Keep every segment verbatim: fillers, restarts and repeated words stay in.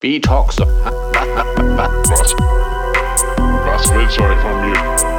Detox. Was? Was willst du eigentlich von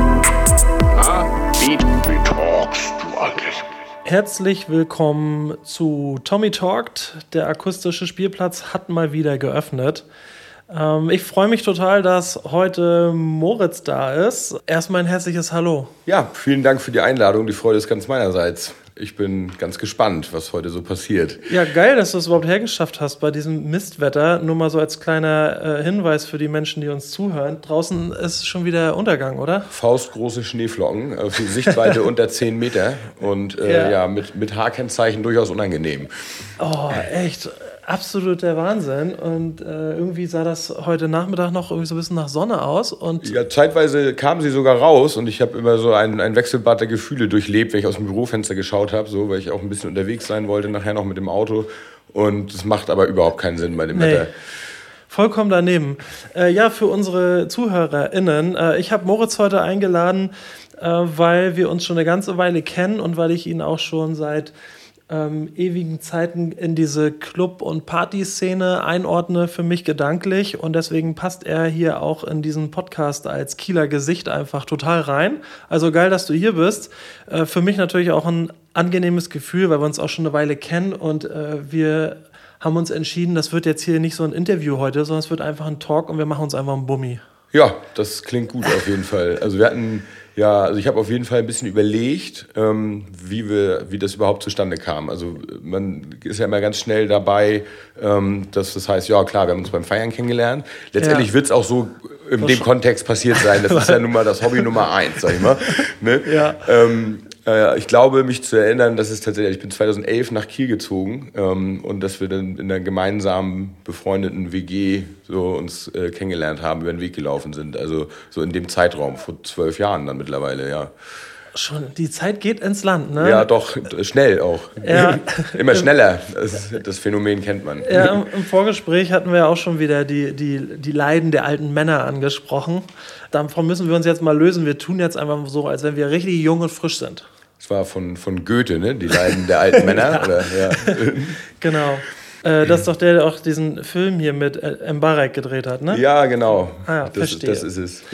mir? Ah, wie, wie talkst du eigentlich? Herzlich willkommen zu Tommy Talked. Der akustische Spielplatz hat mal wieder geöffnet. Ähm, ich freue mich total, dass heute Moritz da ist. Erstmal ein herzliches Hallo. Ja, vielen Dank für die Einladung. Die Freude ist ganz meinerseits. Ich bin ganz gespannt, was heute so passiert. Ja, geil, dass du es überhaupt hergeschafft hast bei diesem Mistwetter. Nur mal so als kleiner äh, Hinweis für die Menschen, die uns zuhören. Draußen ist schon wieder Untergang, oder? Faustgroße Schneeflocken, äh, für Sichtweite unter zehn Meter und äh, ja. ja, mit, mit H-Kennzeichen durchaus unangenehm. Oh, echt. Absolut der Wahnsinn. Und äh, irgendwie sah das heute Nachmittag noch irgendwie so ein bisschen nach Sonne aus. Und ja, zeitweise kam sie sogar raus und ich habe immer so ein, ein Wechselbad der Gefühle durchlebt, wenn ich aus dem Bürofenster geschaut habe, so, weil ich auch ein bisschen unterwegs sein wollte, nachher noch mit dem Auto. Und es macht aber überhaupt keinen Sinn bei dem nee. Wetter. Vollkommen daneben. Äh, ja, für unsere ZuhörerInnen, äh, ich habe Moritz heute eingeladen, äh, weil wir uns schon eine ganze Weile kennen und weil ich ihn auch schon seit Ähm, ewigen Zeiten in diese Club- und Partyszene einordne für mich gedanklich und deswegen passt er hier auch in diesen Podcast als Kieler Gesicht einfach total rein. Also geil, dass du hier bist. Äh, für mich natürlich auch ein angenehmes Gefühl, weil wir uns auch schon eine Weile kennen und äh, wir haben uns entschieden, das wird jetzt hier nicht so ein Interview heute, sondern es wird einfach ein Talk und wir machen uns einfach einen Bummi. Ja, das klingt gut auf jeden Fall. Also wir hatten, ja, also ich habe auf jeden Fall ein bisschen überlegt, ähm, wie wir, wie das überhaupt zustande kam. Also man ist ja immer ganz schnell dabei, ähm, dass das heißt, ja klar, wir haben uns beim Feiern kennengelernt. Letztendlich ja. wird es auch so in dem Kontext passiert sein. Das ist ja nun mal das Hobby Nummer eins, sag ich mal. Ne? Ja. Ähm, äh, ich glaube, mich zu erinnern, dass es tatsächlich, ich bin zweitausendelf nach Kiel gezogen ähm, und dass wir dann in einer gemeinsamen befreundeten W G so uns äh, kennengelernt haben, über den Weg gelaufen sind. Also so in dem Zeitraum, vor zwölf Jahren dann mittlerweile, ja. Schon, die Zeit geht ins Land, ne? Ja, doch, schnell auch. Ja. Immer schneller, das, das Phänomen kennt man. Ja, im, im Vorgespräch hatten wir auch schon wieder die, die, die Leiden der alten Männer angesprochen. Davon müssen wir uns jetzt mal lösen. Wir tun jetzt einfach so, als wenn wir richtig jung und frisch sind. Das war von, von Goethe, ne? Die Leiden der alten Männer. Ja. Oder? Ja. Genau. Äh, das ist doch der, der auch diesen Film hier mit Mbarek gedreht hat, ne? Ja, genau. Ah, ja, das, verstehe. Das ist es.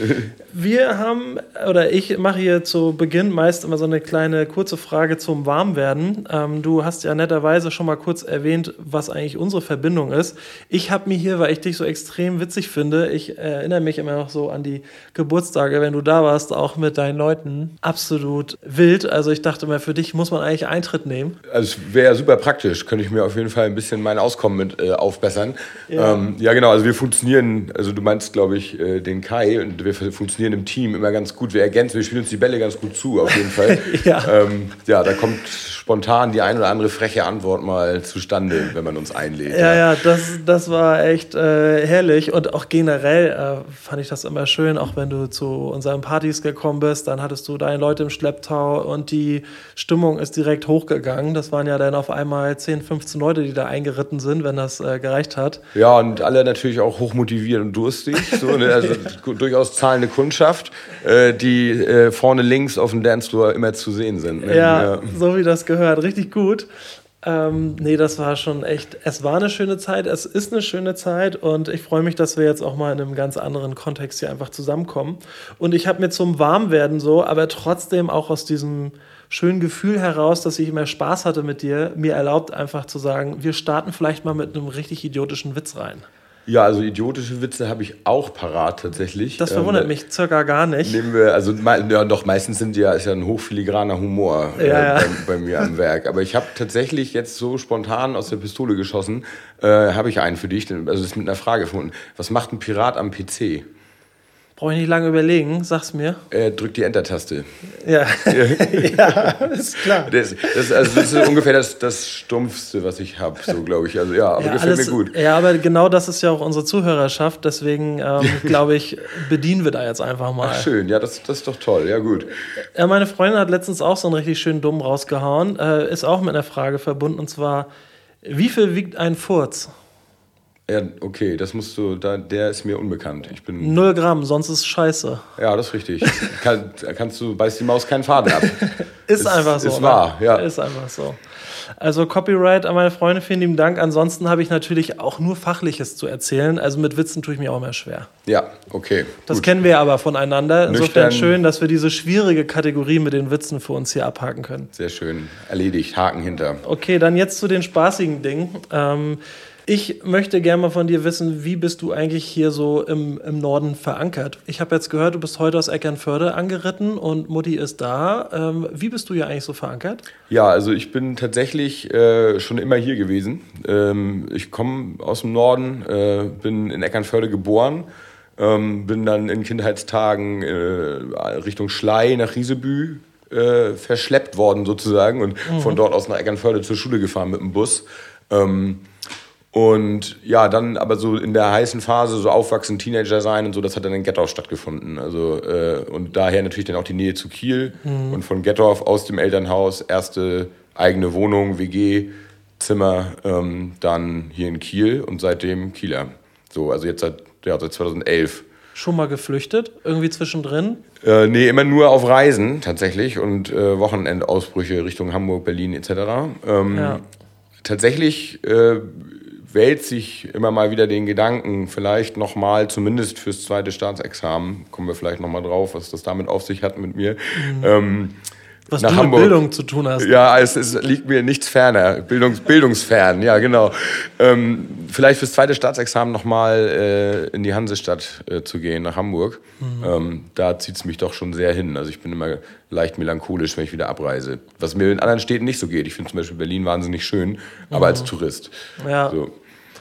Wir haben, oder ich mache hier zu Beginn meist immer so eine kleine kurze Frage zum Warmwerden. Ähm, du hast ja netterweise schon mal kurz erwähnt, was eigentlich unsere Verbindung ist. Ich habe mir hier, weil ich dich so extrem witzig finde, ich erinnere mich immer noch so an die Geburtstage, wenn du da warst, auch mit deinen Leuten. Absolut wild. Also ich dachte mal, für dich muss man eigentlich Eintritt nehmen. Also es wäre super praktisch. Könnte ich mir auf jeden Fall ein bisschen mein Auskommen mit äh, aufbessern. Ja. Ähm, ja, genau. Also wir funktionieren, also du meinst, glaube ich, äh, den Kai und wir funktionieren im Team immer ganz gut. Wir ergänzen, wir spielen uns die Bälle ganz gut zu, auf jeden Fall. ja. Ähm, ja, da kommt spontan die ein oder andere freche Antwort mal zustande, wenn man uns einlädt. Ja, ja, ja das, das war echt äh, herrlich und auch generell äh, fand ich das immer schön, auch wenn du zu unseren Partys gekommen bist, dann hattest du deine Leute im Schlepptau und die Stimmung ist direkt hochgegangen. Das waren ja dann auf einmal zehn, fünfzehn Leute, die da eingeritten sind, wenn das äh, gereicht hat. Ja, und alle natürlich auch hochmotiviert und durstig. So, ne? Also ja. durchaus zahlende Kundschaft, äh, die äh, vorne links auf dem Dancefloor immer zu sehen sind. Ne? Ja, ja, so wie das gehört. Richtig gut. Ähm, nee, das war schon echt, es war eine schöne Zeit, es ist eine schöne Zeit und ich freue mich, dass wir jetzt auch mal in einem ganz anderen Kontext hier einfach zusammenkommen. Und ich habe mir zum Warmwerden so, aber trotzdem auch aus diesem schönen Gefühl heraus, dass ich immer Spaß hatte mit dir, mir erlaubt einfach zu sagen, wir starten vielleicht mal mit einem richtig idiotischen Witz rein. Ja, also idiotische Witze habe ich auch parat tatsächlich. Das verwundert ähm, mich circa gar nicht. Nehmen wir, also ja, doch meistens sind die ja, ist ja ein hochfiligraner Humor ja, äh, ja. bei, bei mir am Werk. Aber ich habe tatsächlich jetzt so spontan aus der Pistole geschossen, äh, habe ich einen für dich. Also das ist mit einer Frage gefunden. Was macht ein Pirat am P C? Brauche ich nicht lange überlegen, sag's mir. Er drückt die Enter-Taste. Ja, ja, ist klar. Das, das, also das ist ungefähr das, das Stumpfste, was ich habe, so glaube ich. Also ja, aber ja, gefällt alles, mir gut. Ja, aber genau das ist ja auch unsere Zuhörerschaft. Deswegen ähm, glaube ich, bedienen wir da jetzt einfach mal. Ach schön, ja, das, das ist doch toll. Ja, gut. Ja, meine Freundin hat letztens auch so einen richtig schönen Dumm rausgehauen. Äh, ist auch mit einer Frage verbunden. Und zwar, wie viel wiegt ein Furz? Ja, okay, das musst du, da, der ist mir unbekannt. Ich bin, Null Gramm, sonst ist es scheiße. ja, das ist richtig. Kann, kannst du, beißt die Maus keinen Faden ab. Ist einfach so. Ist ne? wahr, ja. Ist einfach so. Also Copyright an meine Freunde, vielen lieben Dank. Ansonsten habe ich natürlich auch nur Fachliches zu erzählen. Also mit Witzen tue ich mir auch mehr schwer. Ja, okay. Das gut. kennen wir aber voneinander. Insofern Nüchtern. schön, dass wir diese schwierige Kategorie mit den Witzen für uns hier abhaken können. Sehr schön. Erledigt. Haken hinter. Okay, dann jetzt zu den spaßigen Dingen. Ähm, ich möchte gerne mal von dir wissen, wie bist du eigentlich hier so im, im Norden verankert? Ich habe jetzt gehört, du bist heute aus Eckernförde angeritten und Mutti ist da. Ähm, wie bist du hier eigentlich so verankert? Ja, also ich bin tatsächlich äh, schon immer hier gewesen. Ähm, ich komme aus dem Norden, äh, bin in Eckernförde geboren, ähm, bin dann in Kindheitstagen äh, Richtung Schlei nach Riesebü äh, verschleppt worden sozusagen und mhm. von dort aus nach Eckernförde zur Schule gefahren mit dem Bus. Ähm, Und ja, dann aber so in der heißen Phase, so aufwachsen, Teenager sein und so, das hat dann in Gettorf stattgefunden. Also, äh, und daher natürlich dann auch die Nähe zu Kiel. Mhm. Und von Gettorf aus dem Elternhaus, erste eigene Wohnung, W G, Zimmer, ähm, dann hier in Kiel und seitdem Kieler. So, also jetzt seit, ja, seit zweitausendelf. Schon mal geflüchtet? Irgendwie zwischendrin? Äh, nee, immer nur auf Reisen tatsächlich und äh, Wochenendausbrüche Richtung Hamburg, Berlin et cetera. Ähm, Ja. Tatsächlich äh, wälzt sich immer mal wieder den Gedanken, vielleicht nochmal, zumindest fürs zweite Staatsexamen, kommen wir vielleicht nochmal drauf, was das damit auf sich hat mit mir. Mhm. Ähm, was nach du Hamburg. mit Bildung zu tun hast. Ja, es, es liegt mir nichts ferner, Bildungs, bildungsfern, ja genau. Ähm, vielleicht fürs zweite Staatsexamen nochmal äh, in die Hansestadt äh, zu gehen, nach Hamburg. Mhm. Ähm, da zieht es mich doch schon sehr hin. Also ich bin immer leicht melancholisch, wenn ich wieder abreise. Was mir in anderen Städten nicht so geht. Ich finde zum Beispiel Berlin wahnsinnig schön, aber mhm. als Tourist. Ja. So.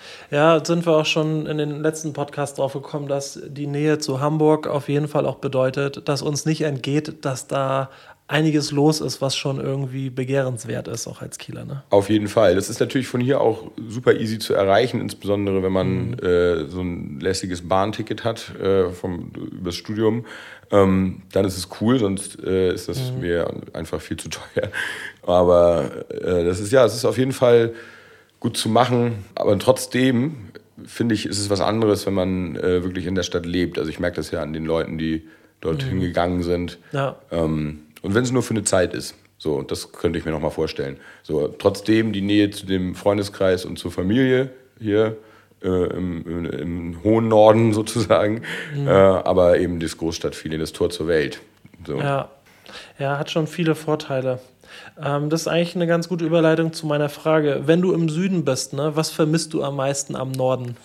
Ja, sind wir auch schon in den letzten Podcast drauf gekommen, dass die Nähe zu Hamburg auf jeden Fall auch bedeutet, dass uns nicht entgeht, dass da einiges los ist, was schon irgendwie begehrenswert ist, auch als Kieler. Ne? Auf jeden Fall. Das ist natürlich von hier auch super easy zu erreichen, insbesondere wenn man mhm. äh, so ein lässiges Bahnticket hat äh, vom, übers Studium. Ähm, dann ist es cool, sonst äh, ist das mhm. mir einfach viel zu teuer. Aber äh, das ist ja, es ist auf jeden Fall gut zu machen. Aber trotzdem, finde ich, ist es was anderes, wenn man äh, wirklich in der Stadt lebt. Also ich merke das ja an den Leuten, die dorthin mhm. gegangen sind. Ja. Ähm, Und wenn es nur für eine Zeit ist, so, das könnte ich mir noch mal vorstellen. So, trotzdem die Nähe zu dem Freundeskreis und zur Familie hier äh, im, im, im hohen Norden sozusagen, mhm. äh, aber eben das Großstadtfeeling, das Tor zur Welt. So. Ja. ja, hat schon viele Vorteile. Ähm, das ist eigentlich eine ganz gute Überleitung zu meiner Frage. Wenn du im Süden bist, ne, was vermisst du am meisten am Norden?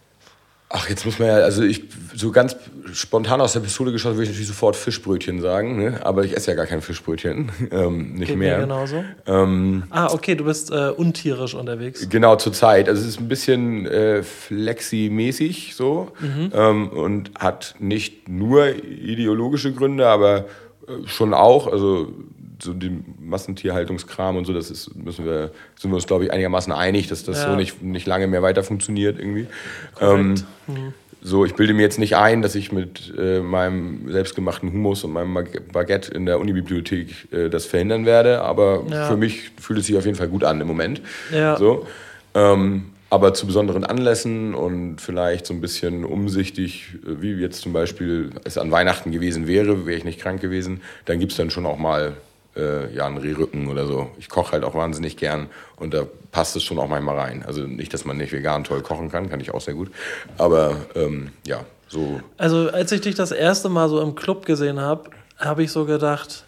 Ach, jetzt muss man ja, also ich, so ganz spontan aus der Pistole geschossen, würde ich natürlich sofort Fischbrötchen sagen, ne? Aber ich esse ja gar kein Fischbrötchen, ähm, nicht Geht mehr. Mir genauso. Ähm, ah, okay, du bist äh, untierisch unterwegs. Genau, zur Zeit. Also es ist ein bisschen äh, flexi-mäßig so mhm. ähm, und hat nicht nur ideologische Gründe, aber äh, schon auch, also so den Massentierhaltungskram und so, das ist, müssen wir, sind wir uns, glaube ich, einigermaßen einig, dass das ja. so nicht, nicht lange mehr weiter funktioniert irgendwie. Ähm, mhm. So, ich bilde mir jetzt nicht ein, dass ich mit äh, meinem selbstgemachten Hummus und meinem Baguette in der Unibibliothek äh, das verhindern werde, aber ja. für mich fühlt es sich auf jeden Fall gut an im Moment. Ja. So, ähm, aber zu besonderen Anlässen und vielleicht so ein bisschen umsichtig, wie jetzt zum Beispiel es an Weihnachten gewesen wäre, wäre ich nicht krank gewesen, dann gibt es dann schon auch mal Äh, ja, einen Rehrücken oder so. Ich koche halt auch wahnsinnig gern und da passt es schon auch manchmal rein. Also nicht, dass man nicht vegan toll kochen kann, kann ich auch sehr gut. Aber ähm, ja, so. Also als ich dich das erste Mal so im Club gesehen habe, habe ich so gedacht,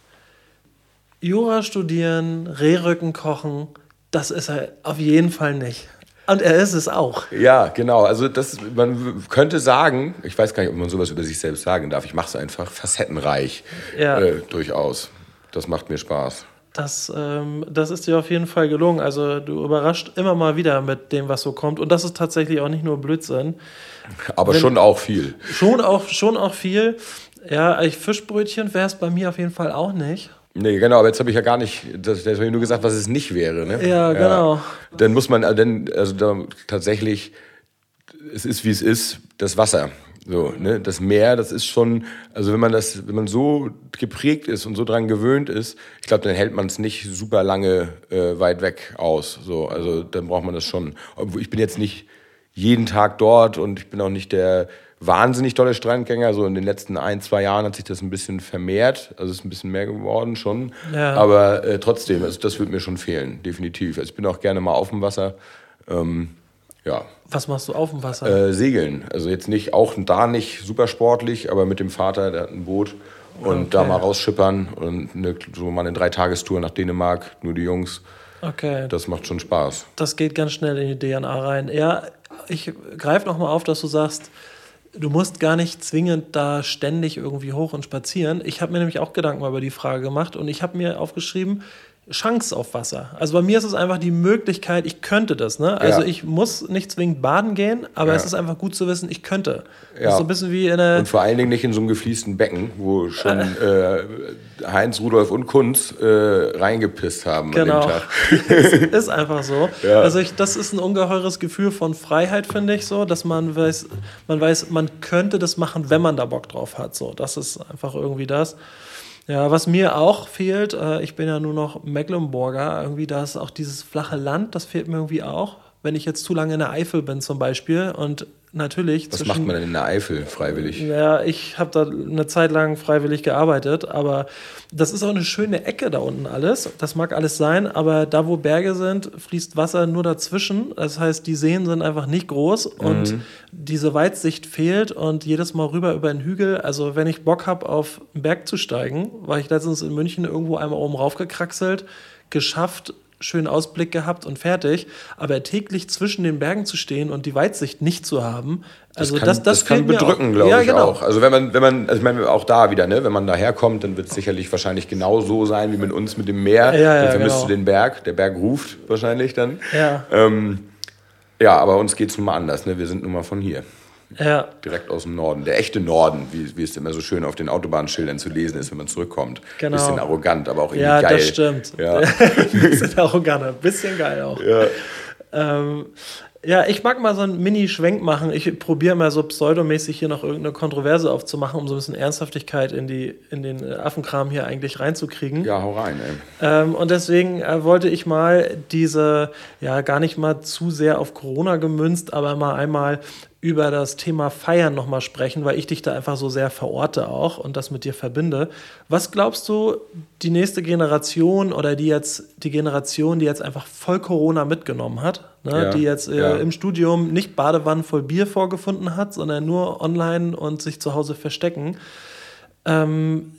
Jura studieren, Rehrücken kochen, das ist er auf jeden Fall nicht. Und er ist es auch. Ja, genau. Also das, man könnte sagen, ich weiß gar nicht, ob man sowas über sich selbst sagen darf, ich mache es einfach facettenreich. Ja. Äh, durchaus. Das macht mir Spaß. Das, ähm, das ist dir auf jeden Fall gelungen. Also du überrascht immer mal wieder mit dem, was so kommt. Und das ist tatsächlich auch nicht nur Blödsinn. Aber Wenn, schon auch viel. Schon auch, schon auch viel. Ja, ich Fischbrötchen wäre es bei mir auf jeden Fall auch nicht. Nee, genau, aber jetzt habe ich ja gar nicht, das, das habe ich nur gesagt, was es nicht wäre. Ne? Ja, genau. Ja. Dann muss man, dann, also da tatsächlich, es ist wie es ist, das Wasser. So, ne, das Meer, das ist schon, also wenn man das, wenn man so geprägt ist und so dran gewöhnt ist, ich glaube, dann hält man es nicht super lange äh, weit weg aus. So, also dann braucht man das schon. Ich bin jetzt nicht jeden Tag dort und ich bin auch nicht der wahnsinnig tolle Strandgänger. So in den letzten ein, zwei Jahren hat sich das ein bisschen vermehrt. Also es ist ein bisschen mehr geworden schon. Ja. Aber äh, trotzdem, also das wird mir schon fehlen, definitiv. Also ich bin auch gerne mal auf dem Wasser. Ähm, ja. Was machst du auf dem Wasser? Äh, segeln. Also jetzt nicht, auch da nicht super sportlich, aber mit dem Vater, der hat ein Boot. Und Okay. da mal rausschippern und eine, so mal eine Dreitagestour nach Dänemark, nur die Jungs. Okay. Das macht schon Spaß. Das geht ganz schnell in die D N A rein. Ja, ich greife nochmal auf, dass du sagst, du musst gar nicht zwingend da ständig irgendwie hoch und spazieren. Ich habe mir nämlich auch Gedanken über die Frage gemacht und ich habe mir aufgeschrieben, Chance auf Wasser. Also bei mir ist es einfach die Möglichkeit, ich könnte das. Ne? Also Ja. ich muss nicht zwingend baden gehen, aber Ja. es ist einfach gut zu wissen, ich könnte. Das Ja. ist so ein bisschen wie in einer... Und vor allen Dingen nicht in so einem gefliesten Becken, wo schon äh, Heinz, Rudolf und Kunz äh, reingepisst haben Genau. an dem Tag. Es ist einfach so. Ja. Also ich, das ist ein ungeheures Gefühl von Freiheit, finde ich so, dass man weiß, man weiß, man könnte das machen, wenn man da Bock drauf hat. So, das ist einfach irgendwie das. Ja, was mir auch fehlt, äh, ich bin ja nur noch Mecklenburger, irgendwie da ist auch dieses flache Land, das fehlt mir irgendwie auch. Wenn ich jetzt zu lange in der Eifel bin zum Beispiel und natürlich Was zwischen- macht man denn in der Eifel freiwillig? Ja, ich habe da eine Zeit lang freiwillig gearbeitet, aber das ist auch eine schöne Ecke da unten alles. Das mag alles sein, aber da, wo Berge sind, fließt Wasser nur dazwischen. Das heißt, die Seen sind einfach nicht groß und diese Weitsicht fehlt und jedes Mal rüber über den Hügel. Also wenn ich Bock habe, auf einen Berg zu steigen, war ich letztens in München irgendwo einmal oben raufgekraxelt, geschafft, schönen Ausblick gehabt und fertig, aber täglich zwischen den Bergen zu stehen und die Weitsicht nicht zu haben, also das kann, das, das, das kann fehlt mir bedrücken, auch. glaube Ja, ich genau. auch. Also wenn man, wenn man, also ich meine auch da wieder, ne, wenn man daher kommt, dann wird es sicherlich wahrscheinlich genau so sein wie mit uns mit dem Meer. Ja, ja, dann vermisst genau. du den Berg, der Berg ruft wahrscheinlich dann. Ja. Ähm, ja, aber uns geht es nun mal anders, ne? Wir sind nun mal von hier. Ja, Direkt aus dem Norden. Der echte Norden, wie, wie es immer so schön auf den Autobahnschildern zu lesen ist, wenn man zurückkommt. Genau. Bisschen arrogant, aber auch irgendwie ja, geil. das stimmt. Ja. Ein bisschen arroganter, ein bisschen geil auch. Ja. Ähm, ja, ich mag mal so einen Mini-Schwenk machen. Ich probiere mal so pseudomäßig hier noch irgendeine Kontroverse aufzumachen, um so ein bisschen Ernsthaftigkeit in, die, in den Affenkram hier eigentlich reinzukriegen. Ja, hau rein, ey. Ähm, und deswegen äh, wollte ich mal diese, ja, gar nicht mal zu sehr auf Corona gemünzt, aber mal einmal über das Thema Feiern nochmal sprechen, weil ich dich da einfach so sehr verorte auch und das mit dir verbinde. Was glaubst du, die nächste Generation oder die jetzt, die Generation, die jetzt einfach voll Corona mitgenommen hat, ne, Ja, die jetzt äh, ja. im Studium nicht Badewannen voll Bier vorgefunden hat, sondern nur online und sich zu Hause verstecken, ähm,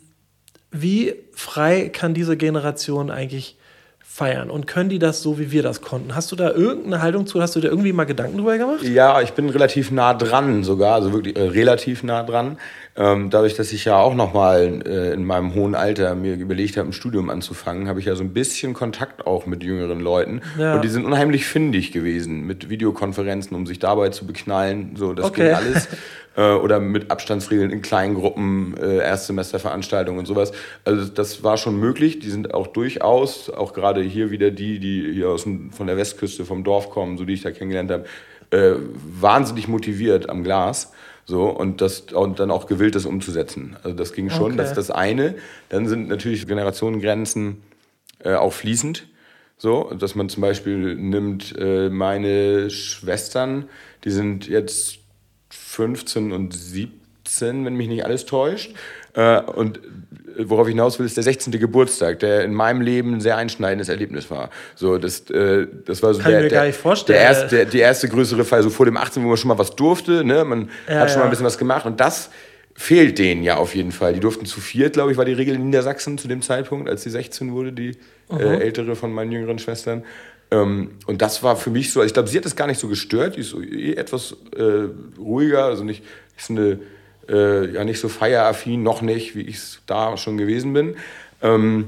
wie frei kann diese Generation eigentlich feiern? Und können die das so, wie wir das konnten? Hast du da irgendeine Haltung zu? Hast du da irgendwie mal Gedanken drüber gemacht? Ja, ich bin relativ nah dran sogar, also wirklich äh, relativ nah dran. Ähm, dadurch, dass ich ja auch nochmal äh, in meinem hohen Alter mir überlegt habe, ein Studium anzufangen, habe ich ja so ein bisschen Kontakt auch mit jüngeren Leuten. Ja. Und die sind unheimlich findig gewesen mit Videokonferenzen, um sich dabei zu beknallen. So, das Okay. ging alles. Äh, oder mit Abstandsregeln in kleinen Gruppen, äh, Erstsemesterveranstaltungen und sowas. Also das war schon möglich. Die sind auch durchaus, auch gerade hier wieder die, die hier aus dem, von der Westküste, vom Dorf kommen, so die ich da kennengelernt habe, äh, wahnsinnig motiviert am Glas. So, und das und dann auch gewillt, das umzusetzen. Also das ging schon, Okay. das ist das eine. Dann sind natürlich Generationengrenzen äh, auch fließend. So, dass man zum Beispiel nimmt, äh, meine Schwestern, die sind jetzt fünfzehn und siebzehn, wenn mich nicht alles täuscht. Äh, und worauf ich hinaus will, ist der sechzehnte Geburtstag, der in meinem Leben ein sehr einschneidendes Erlebnis war. So, das, äh, das war so Kann ich der, mir der, gar nicht vorstellen. Der erste, der, die erste größere Fall, so vor dem achtzehnten, wo man schon mal was durfte. Ne? Man Ja, hat schon ja. mal ein bisschen was gemacht. Und das fehlt denen ja auf jeden Fall. Die durften zu viert, glaube ich, war die Regel in Niedersachsen zu dem Zeitpunkt, als sie sechzehn wurde, die äh, ältere von meinen jüngeren Schwestern. Ähm, und das war für mich so, also ich glaube, sie hat das gar nicht so gestört, die ist so eh etwas äh, ruhiger, also nicht, ist eine, äh, ja, nicht so feieraffin, noch nicht, wie ich es da schon gewesen bin. Ähm,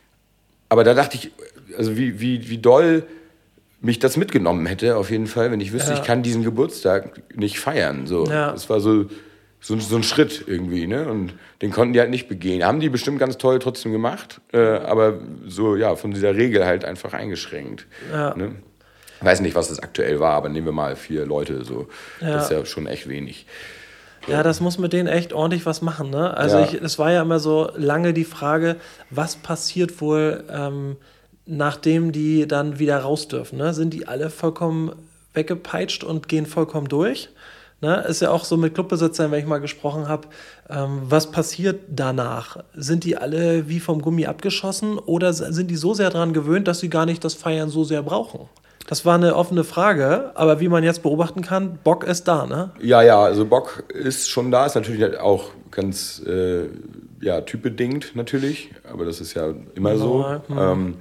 aber da dachte ich, also wie, wie, wie doll mich das mitgenommen hätte, auf jeden Fall, wenn ich wüsste, Ja. ich kann diesen Geburtstag nicht feiern. So. Ja. Das war so, so, so ein Schritt irgendwie, ne? Und den konnten die halt nicht begehen. Haben die bestimmt ganz toll trotzdem gemacht, äh, aber so, ja, von dieser Regel halt einfach eingeschränkt. Ja. Ne? Weiß nicht, was das aktuell war, aber nehmen wir mal vier Leute, so. Ja. Das ist ja schon echt wenig. Ja, das muss mit denen echt ordentlich was machen, ne? Also Ja. ich, es war ja immer so lange die Frage, was passiert wohl, ähm, nachdem die dann wieder raus dürfen, ne? Sind die alle vollkommen weggepeitscht und gehen vollkommen durch. Ne? Ist ja auch so mit Clubbesitzern, wenn ich mal gesprochen habe, ähm, was passiert danach? Sind die alle wie vom Gummi abgeschossen oder sind die so sehr daran gewöhnt, dass sie gar nicht das Feiern so sehr brauchen? Das war eine offene Frage, aber wie man jetzt beobachten kann, Bock ist da, ne? Ja, ja, also Bock ist schon da, ist natürlich auch ganz äh, ja, typbedingt natürlich, aber das ist ja immer so. Mhm. Ähm,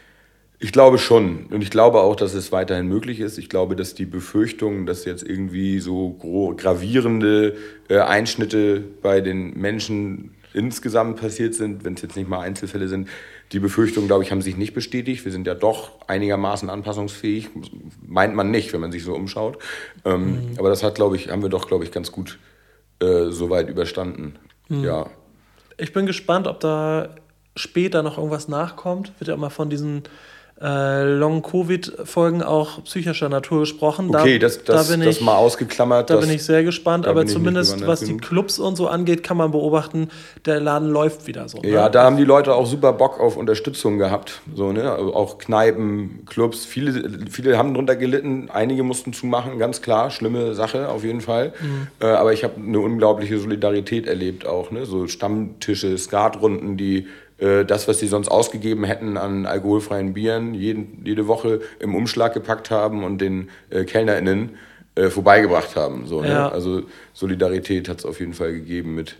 ich glaube schon und ich glaube auch, dass es weiterhin möglich ist. Ich glaube, dass die Befürchtung, dass jetzt irgendwie so gro- gravierende äh, Einschnitte bei den Menschen insgesamt passiert sind, wenn es jetzt nicht mal Einzelfälle sind, die Befürchtungen, glaube ich, haben sich nicht bestätigt. Wir sind ja doch einigermaßen anpassungsfähig. Meint man nicht, wenn man sich so umschaut. Ähm, mhm. Aber das hat, glaube ich, haben wir doch, glaube ich, ganz gut äh, soweit überstanden. Mhm. Ja. Ich bin gespannt, ob da später noch irgendwas nachkommt. Wird ja immer von diesen äh, Long-Covid-Folgen auch psychischer Natur gesprochen. Okay, da, das, das, da bin das ich, mal ausgeklammert. Da das, bin ich sehr gespannt, aber zumindest was die genug. Clubs und so angeht, kann man beobachten, der Laden läuft wieder so. Ne? Ja, da haben die Leute auch super Bock auf Unterstützung gehabt. So, ne? Also auch Kneipen, Clubs, viele, viele haben drunter gelitten, einige mussten zumachen, ganz klar, schlimme Sache auf jeden Fall. Mhm. Äh, aber ich habe eine unglaubliche Solidarität erlebt auch, ne? So Stammtische, Skatrunden, die das, was sie sonst ausgegeben hätten an alkoholfreien Bieren, jeden, jede Woche im Umschlag gepackt haben und den äh, KellnerInnen äh, vorbeigebracht haben. So, ne? Ja. Also Solidarität hat es auf jeden Fall gegeben mit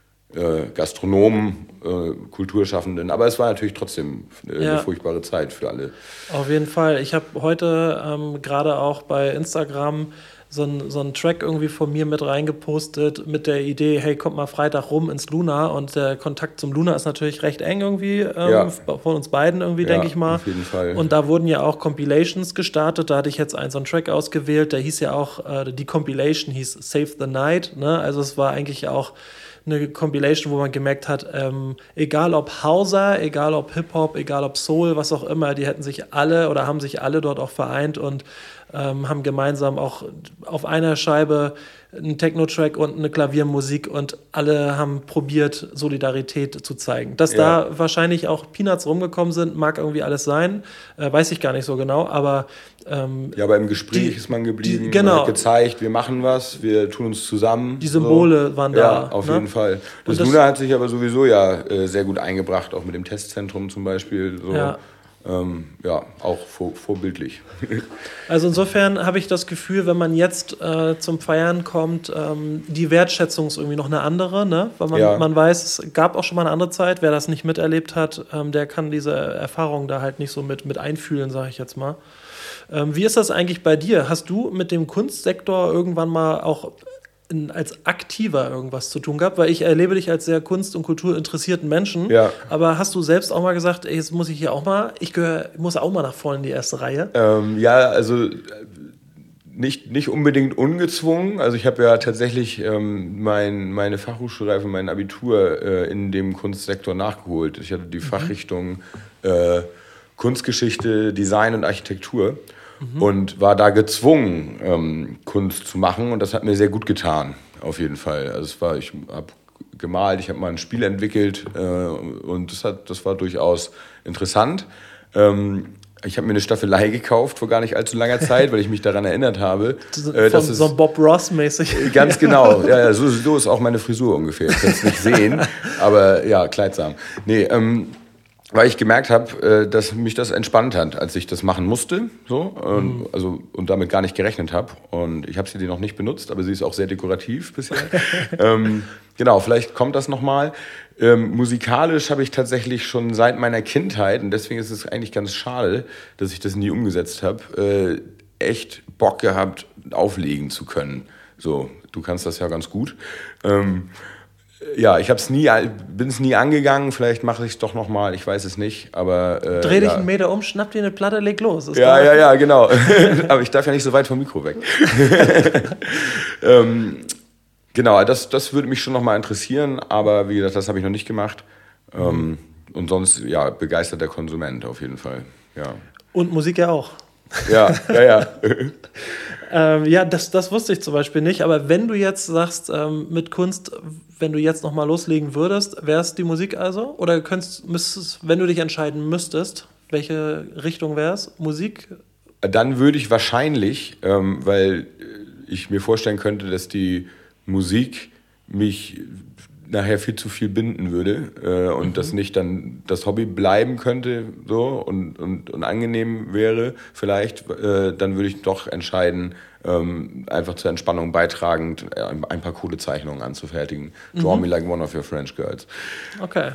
äh, Gastronomen, äh, Kulturschaffenden. Aber es war natürlich trotzdem äh, ja. eine furchtbare Zeit für alle. Auf jeden Fall. Ich habe heute ähm, gerade auch bei Instagram so einen so einen Track irgendwie von mir mit reingepostet mit der Idee, hey, kommt mal Freitag rum ins Luna, und der Kontakt zum Luna ist natürlich recht eng irgendwie, ähm, ja. von uns beiden irgendwie, ja, denke ich mal. Auf jeden Fall. Und da wurden ja auch Compilations gestartet, da hatte ich jetzt einen so einen Track ausgewählt, der hieß ja auch, äh, die Compilation hieß Save the Night, ne? Also es war eigentlich auch eine Compilation, wo man gemerkt hat, ähm, egal ob Hauser, egal ob Hip-Hop, egal ob Soul, was auch immer, die hätten sich alle oder haben sich alle dort auch vereint und ähm, haben gemeinsam auch auf einer Scheibe einen Techno-Track und eine Klaviermusik und alle haben probiert, Solidarität zu zeigen. Dass ja. da wahrscheinlich auch Peanuts rumgekommen sind, mag irgendwie alles sein, äh, weiß ich gar nicht so genau, aber ähm, ja, aber im Gespräch die, ist man geblieben, die, genau. man hat gezeigt, wir machen was, wir tun uns zusammen. Die Symbole so. waren da. Ja, auf ne? jeden Fall. Das, das Luna hat sich aber sowieso ja äh, sehr gut eingebracht, auch mit dem Testzentrum zum Beispiel. So. Ja. Ähm, ja, auch vor, vorbildlich. Also insofern habe ich das Gefühl, wenn man jetzt äh, zum Feiern kommt, ähm, die Wertschätzung ist irgendwie noch eine andere, ne? Weil man, ja. man weiß, es gab auch schon mal eine andere Zeit. Wer das nicht miterlebt hat, ähm, der kann diese Erfahrung da halt nicht so mit, mit einfühlen, sage ich jetzt mal. Ähm, wie ist das eigentlich bei dir? Hast du mit dem Kunstsektor irgendwann mal auch in, als Aktiver irgendwas zu tun gehabt? Weil ich erlebe dich als sehr kunst- und kulturinteressierten Menschen. Ja. Aber hast du selbst auch mal gesagt, ey, jetzt muss ich hier auch mal, ich gehöre, muss auch mal nach vorne in die erste Reihe? Ähm, ja, also nicht, nicht unbedingt ungezwungen. Also ich habe ja tatsächlich ähm, mein, meine Fachhochschulreife, mein Abitur äh, in dem Kunstsektor nachgeholt. Ich hatte die mhm. Fachrichtung äh, Kunstgeschichte, Design und Architektur. Mhm. Und war da gezwungen, ähm, Kunst zu machen. Und das hat mir sehr gut getan, auf jeden Fall. Also es war, ich habe gemalt, ich habe mal ein Spiel entwickelt äh, und das, hat, das war durchaus interessant. Ähm, ich habe mir eine Staffelei gekauft vor gar nicht allzu langer Zeit, weil ich mich daran erinnert habe. Äh, das ist so Bob Ross-mäßig. Ganz genau. Ja, ja, so, so ist auch meine Frisur ungefähr. Ich kann es nicht sehen, aber ja, kleidsam. Nee, ähm, weil ich gemerkt habe, dass mich das entspannt hat, als ich das machen musste, so, und, mhm. also, und damit gar nicht gerechnet habe. Und ich habe sie noch nicht benutzt, aber sie ist auch sehr dekorativ bisher. ähm, genau, vielleicht kommt das nochmal. Ähm, musikalisch habe ich tatsächlich schon seit meiner Kindheit, und deswegen ist es eigentlich ganz schade, dass ich das nie umgesetzt habe, äh, echt Bock gehabt, auflegen zu können. So, du kannst das ja ganz gut. Ähm, Ja, ich hab's nie, bin es nie angegangen, vielleicht mache ich es doch nochmal, ich weiß es nicht, aber... Äh, Dreh dich ja. einen Meter um, schnapp dir eine Platte, leg los. Ist ja, ja, ja, genau. Aber ich darf ja nicht so weit vom Mikro weg. ähm, genau, das, das würde mich schon nochmal interessieren, aber wie gesagt, das habe ich noch nicht gemacht. Ähm, und sonst, ja, begeisterter Konsument auf jeden Fall, ja. Und Musik ja auch. Ja, ja, ja. ähm, ja, das, das wusste ich zum Beispiel nicht. Aber wenn du jetzt sagst, ähm, mit Kunst, wenn du jetzt nochmal loslegen würdest, wäre es die Musik also? Oder könntest, müsstest, wenn du dich entscheiden müsstest, welche Richtung wäre es? Musik, dann würde ich wahrscheinlich, ähm, weil ich mir vorstellen könnte, dass die Musik mich nachher viel zu viel binden würde äh, und mhm. das nicht dann das Hobby bleiben könnte so und, und, und angenehm wäre vielleicht, äh, dann würde ich doch entscheiden, ähm, einfach zur Entspannung beitragend äh, ein paar coole Zeichnungen anzufertigen. Draw mhm. me like one of your French girls. Okay.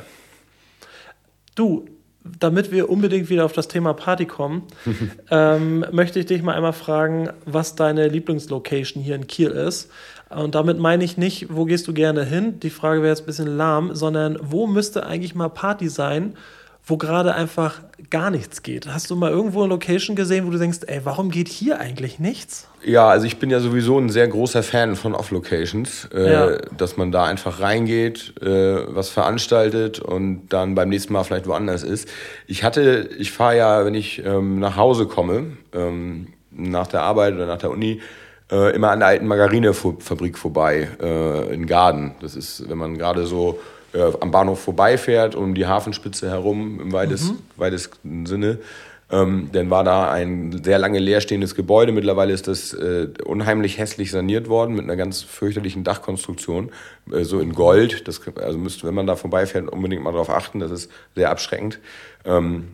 Du, damit wir unbedingt wieder auf das Thema Party kommen, ähm, möchte ich dich mal einmal fragen, was deine Lieblingslocation hier in Kiel ist. Und damit meine ich nicht, wo gehst du gerne hin? Die Frage wäre jetzt ein bisschen lahm, sondern wo müsste eigentlich mal Party sein, wo gerade einfach gar nichts geht? Hast du mal irgendwo eine Location gesehen, wo du denkst, ey, warum geht hier eigentlich nichts? Ja, also ich bin ja sowieso ein sehr großer Fan von Off-Locations, äh, ja. dass man da einfach reingeht, äh, was veranstaltet und dann beim nächsten Mal vielleicht woanders ist. Ich hatte, ich fahre ja, wenn ich ähm, nach Hause komme, ähm, nach der Arbeit oder nach der Uni, äh, immer an der alten Margarinefabrik vorbei, äh, in Gaden. Das ist, wenn man gerade so äh, am Bahnhof vorbeifährt, um die Hafenspitze herum, im weitest, mhm. weitesten Sinne. Ähm, dann war da ein sehr lange leerstehendes Gebäude. Mittlerweile ist das äh, unheimlich hässlich saniert worden mit einer ganz fürchterlichen Dachkonstruktion, äh, so in Gold. Das, also müsste, wenn man da vorbeifährt, unbedingt mal darauf achten. Das ist sehr abschreckend. Ähm,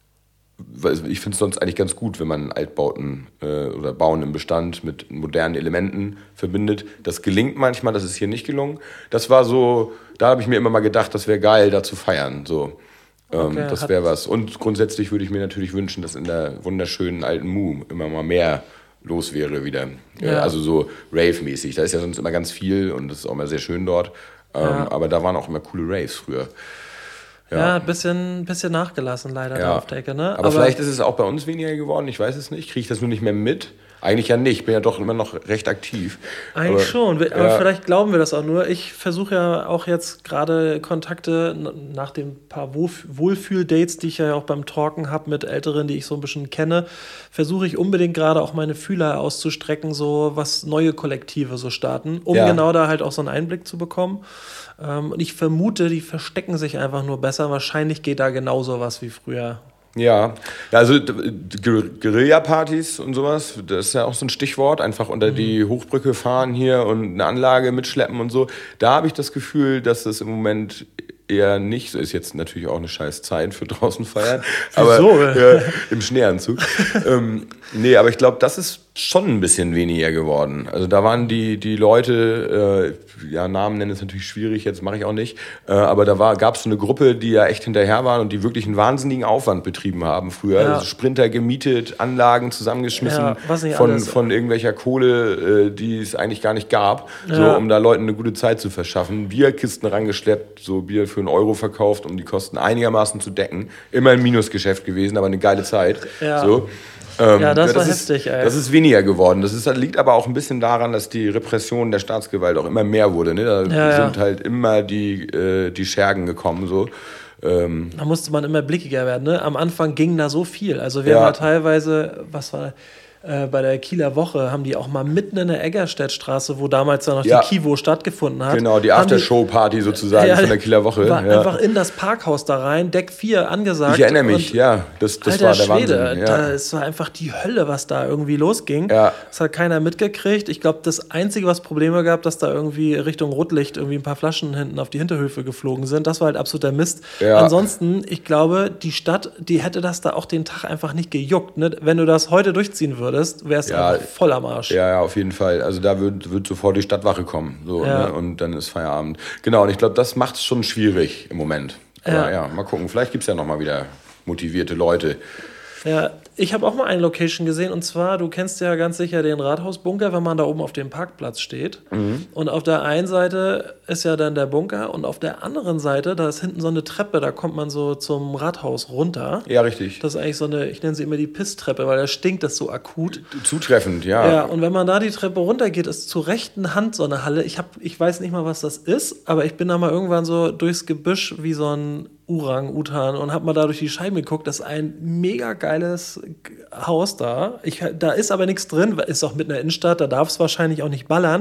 ich finde es sonst eigentlich ganz gut, wenn man Altbauten äh, oder Bauen im Bestand mit modernen Elementen verbindet. Das gelingt manchmal, das ist hier nicht gelungen. Das war so, da habe ich mir immer mal gedacht, das wäre geil, da zu feiern. So. Ähm, okay, das wäre was. Und grundsätzlich würde ich mir natürlich wünschen, dass in der wunderschönen alten Mu immer mal mehr los wäre wieder. Ja. Also so Rave-mäßig. Da ist ja sonst immer ganz viel und das ist auch immer sehr schön dort. Ähm, ja. Aber da waren auch immer coole Raves früher. Ja, ja, ein bisschen, bisschen nachgelassen leider ja. da auf der Ecke, ne? Aber, Aber vielleicht ist es auch bei uns weniger geworden, ich weiß es nicht. Kriege ich das nur nicht mehr mit? Eigentlich ja nicht, ich bin ja doch immer noch recht aktiv. Eigentlich aber, schon, aber ja. vielleicht glauben wir das auch nur. Ich versuche ja auch jetzt gerade Kontakte nach den paar Wohlfühl-Dates, die ich ja auch beim Talken habe mit Älteren, die ich so ein bisschen kenne, versuche ich unbedingt gerade auch meine Fühler auszustrecken, so was neue Kollektive so starten, um ja. genau da halt auch so einen Einblick zu bekommen. Und ich vermute, die verstecken sich einfach nur besser. Wahrscheinlich geht da genauso was wie früher. Ja, also Guerilla-Partys und sowas, das ist ja auch so ein Stichwort, einfach unter mhm. die Hochbrücke fahren hier und eine Anlage mitschleppen und so. Da habe ich das Gefühl, dass das im Moment eher nicht so ist. Jetzt natürlich auch eine scheiß Zeit für draußen feiern, aber äh, im Schneeanzug. ähm, nee, aber ich glaube, das ist schon ein bisschen weniger geworden. Also da waren die, die Leute, äh, ja, Namen nennen ist natürlich schwierig, jetzt mache ich auch nicht, äh, aber da war, gab es so eine Gruppe, die ja echt hinterher waren und die wirklich einen wahnsinnigen Aufwand betrieben haben früher. Ja. Also Sprinter gemietet, Anlagen zusammengeschmissen ja, was nicht von, alles. von irgendwelcher Kohle, äh, die es eigentlich gar nicht gab, ja. so, um da Leuten eine gute Zeit zu verschaffen. Bierkisten rangeschleppt, so Bier für einen Euro verkauft, um die Kosten einigermaßen zu decken. Immer ein Minusgeschäft gewesen, aber eine geile Zeit. Ja. So. Ähm, ja, das, das war ist, heftig, ey. Das ist weniger geworden. Das ist, liegt aber auch ein bisschen daran, dass die Repression der Staatsgewalt auch immer mehr wurde. Ne? Da ja, sind ja. halt immer die, äh, die Schergen gekommen. So. Ähm, da musste man immer blickiger werden. Ne? Am Anfang ging da so viel. Also wir ja. haben da teilweise, was war äh, bei der Kieler Woche, haben die auch mal mitten in der Eggerstedtstraße, wo damals dann noch ja. die Kivo stattgefunden hat. Genau, die Aftershow-Party sozusagen ja, von der Kieler Woche. War ja. einfach in das Parkhaus da rein, Deck vier angesagt. Ich erinnere mich, ja. Das, das Alter war der Schwede, Wahnsinn. Ja. Das war einfach die Hölle, was da irgendwie losging. Ja. Das hat keiner mitgekriegt. Ich glaube, das Einzige, was Probleme gab, dass da irgendwie Richtung Rotlicht irgendwie ein paar Flaschen hinten auf die Hinterhöfe geflogen sind. Das war halt absoluter Mist. Ja. Ansonsten, ich glaube, die Stadt, die hätte das da auch den Tag einfach nicht gejuckt. Ne? Wenn du das heute durchziehen würdest, wärst du ja. voll am Arsch. Ja, ja, auf jeden Fall. Also da wird, wird sofort die Stadtwache kommen. So, ja. ne? Und dann ist Feierabend. Genau, und ich glaube, das macht es schon schwierig im Moment. Aber ja, ja mal gucken. Vielleicht gibt es ja nochmal wieder motivierte Leute. Ja, ich habe auch mal eine Location gesehen und zwar, du kennst ja ganz sicher den Rathausbunker, wenn man da oben auf dem Parkplatz steht. Mhm. Und auf der einen Seite ist ja dann der Bunker und auf der anderen Seite, da ist hinten so eine Treppe, da kommt man so zum Rathaus runter. Ja, richtig. Das ist eigentlich so eine, ich nenne sie immer die Pisstreppe, weil da stinkt das so akut. Zutreffend, ja. Ja, und wenn man da die Treppe runtergeht, ist zur rechten Hand so eine Halle. Ich, hab, ich weiß nicht mal, was das ist, aber ich bin da mal irgendwann so durchs Gebüsch wie so ein Orang-Utan und hab mal da durch die Scheiben geguckt. Das ist ein mega geiles Haus da. Ich, da ist aber nichts drin, ist auch mit einer Innenstadt, da darf es wahrscheinlich auch nicht ballern.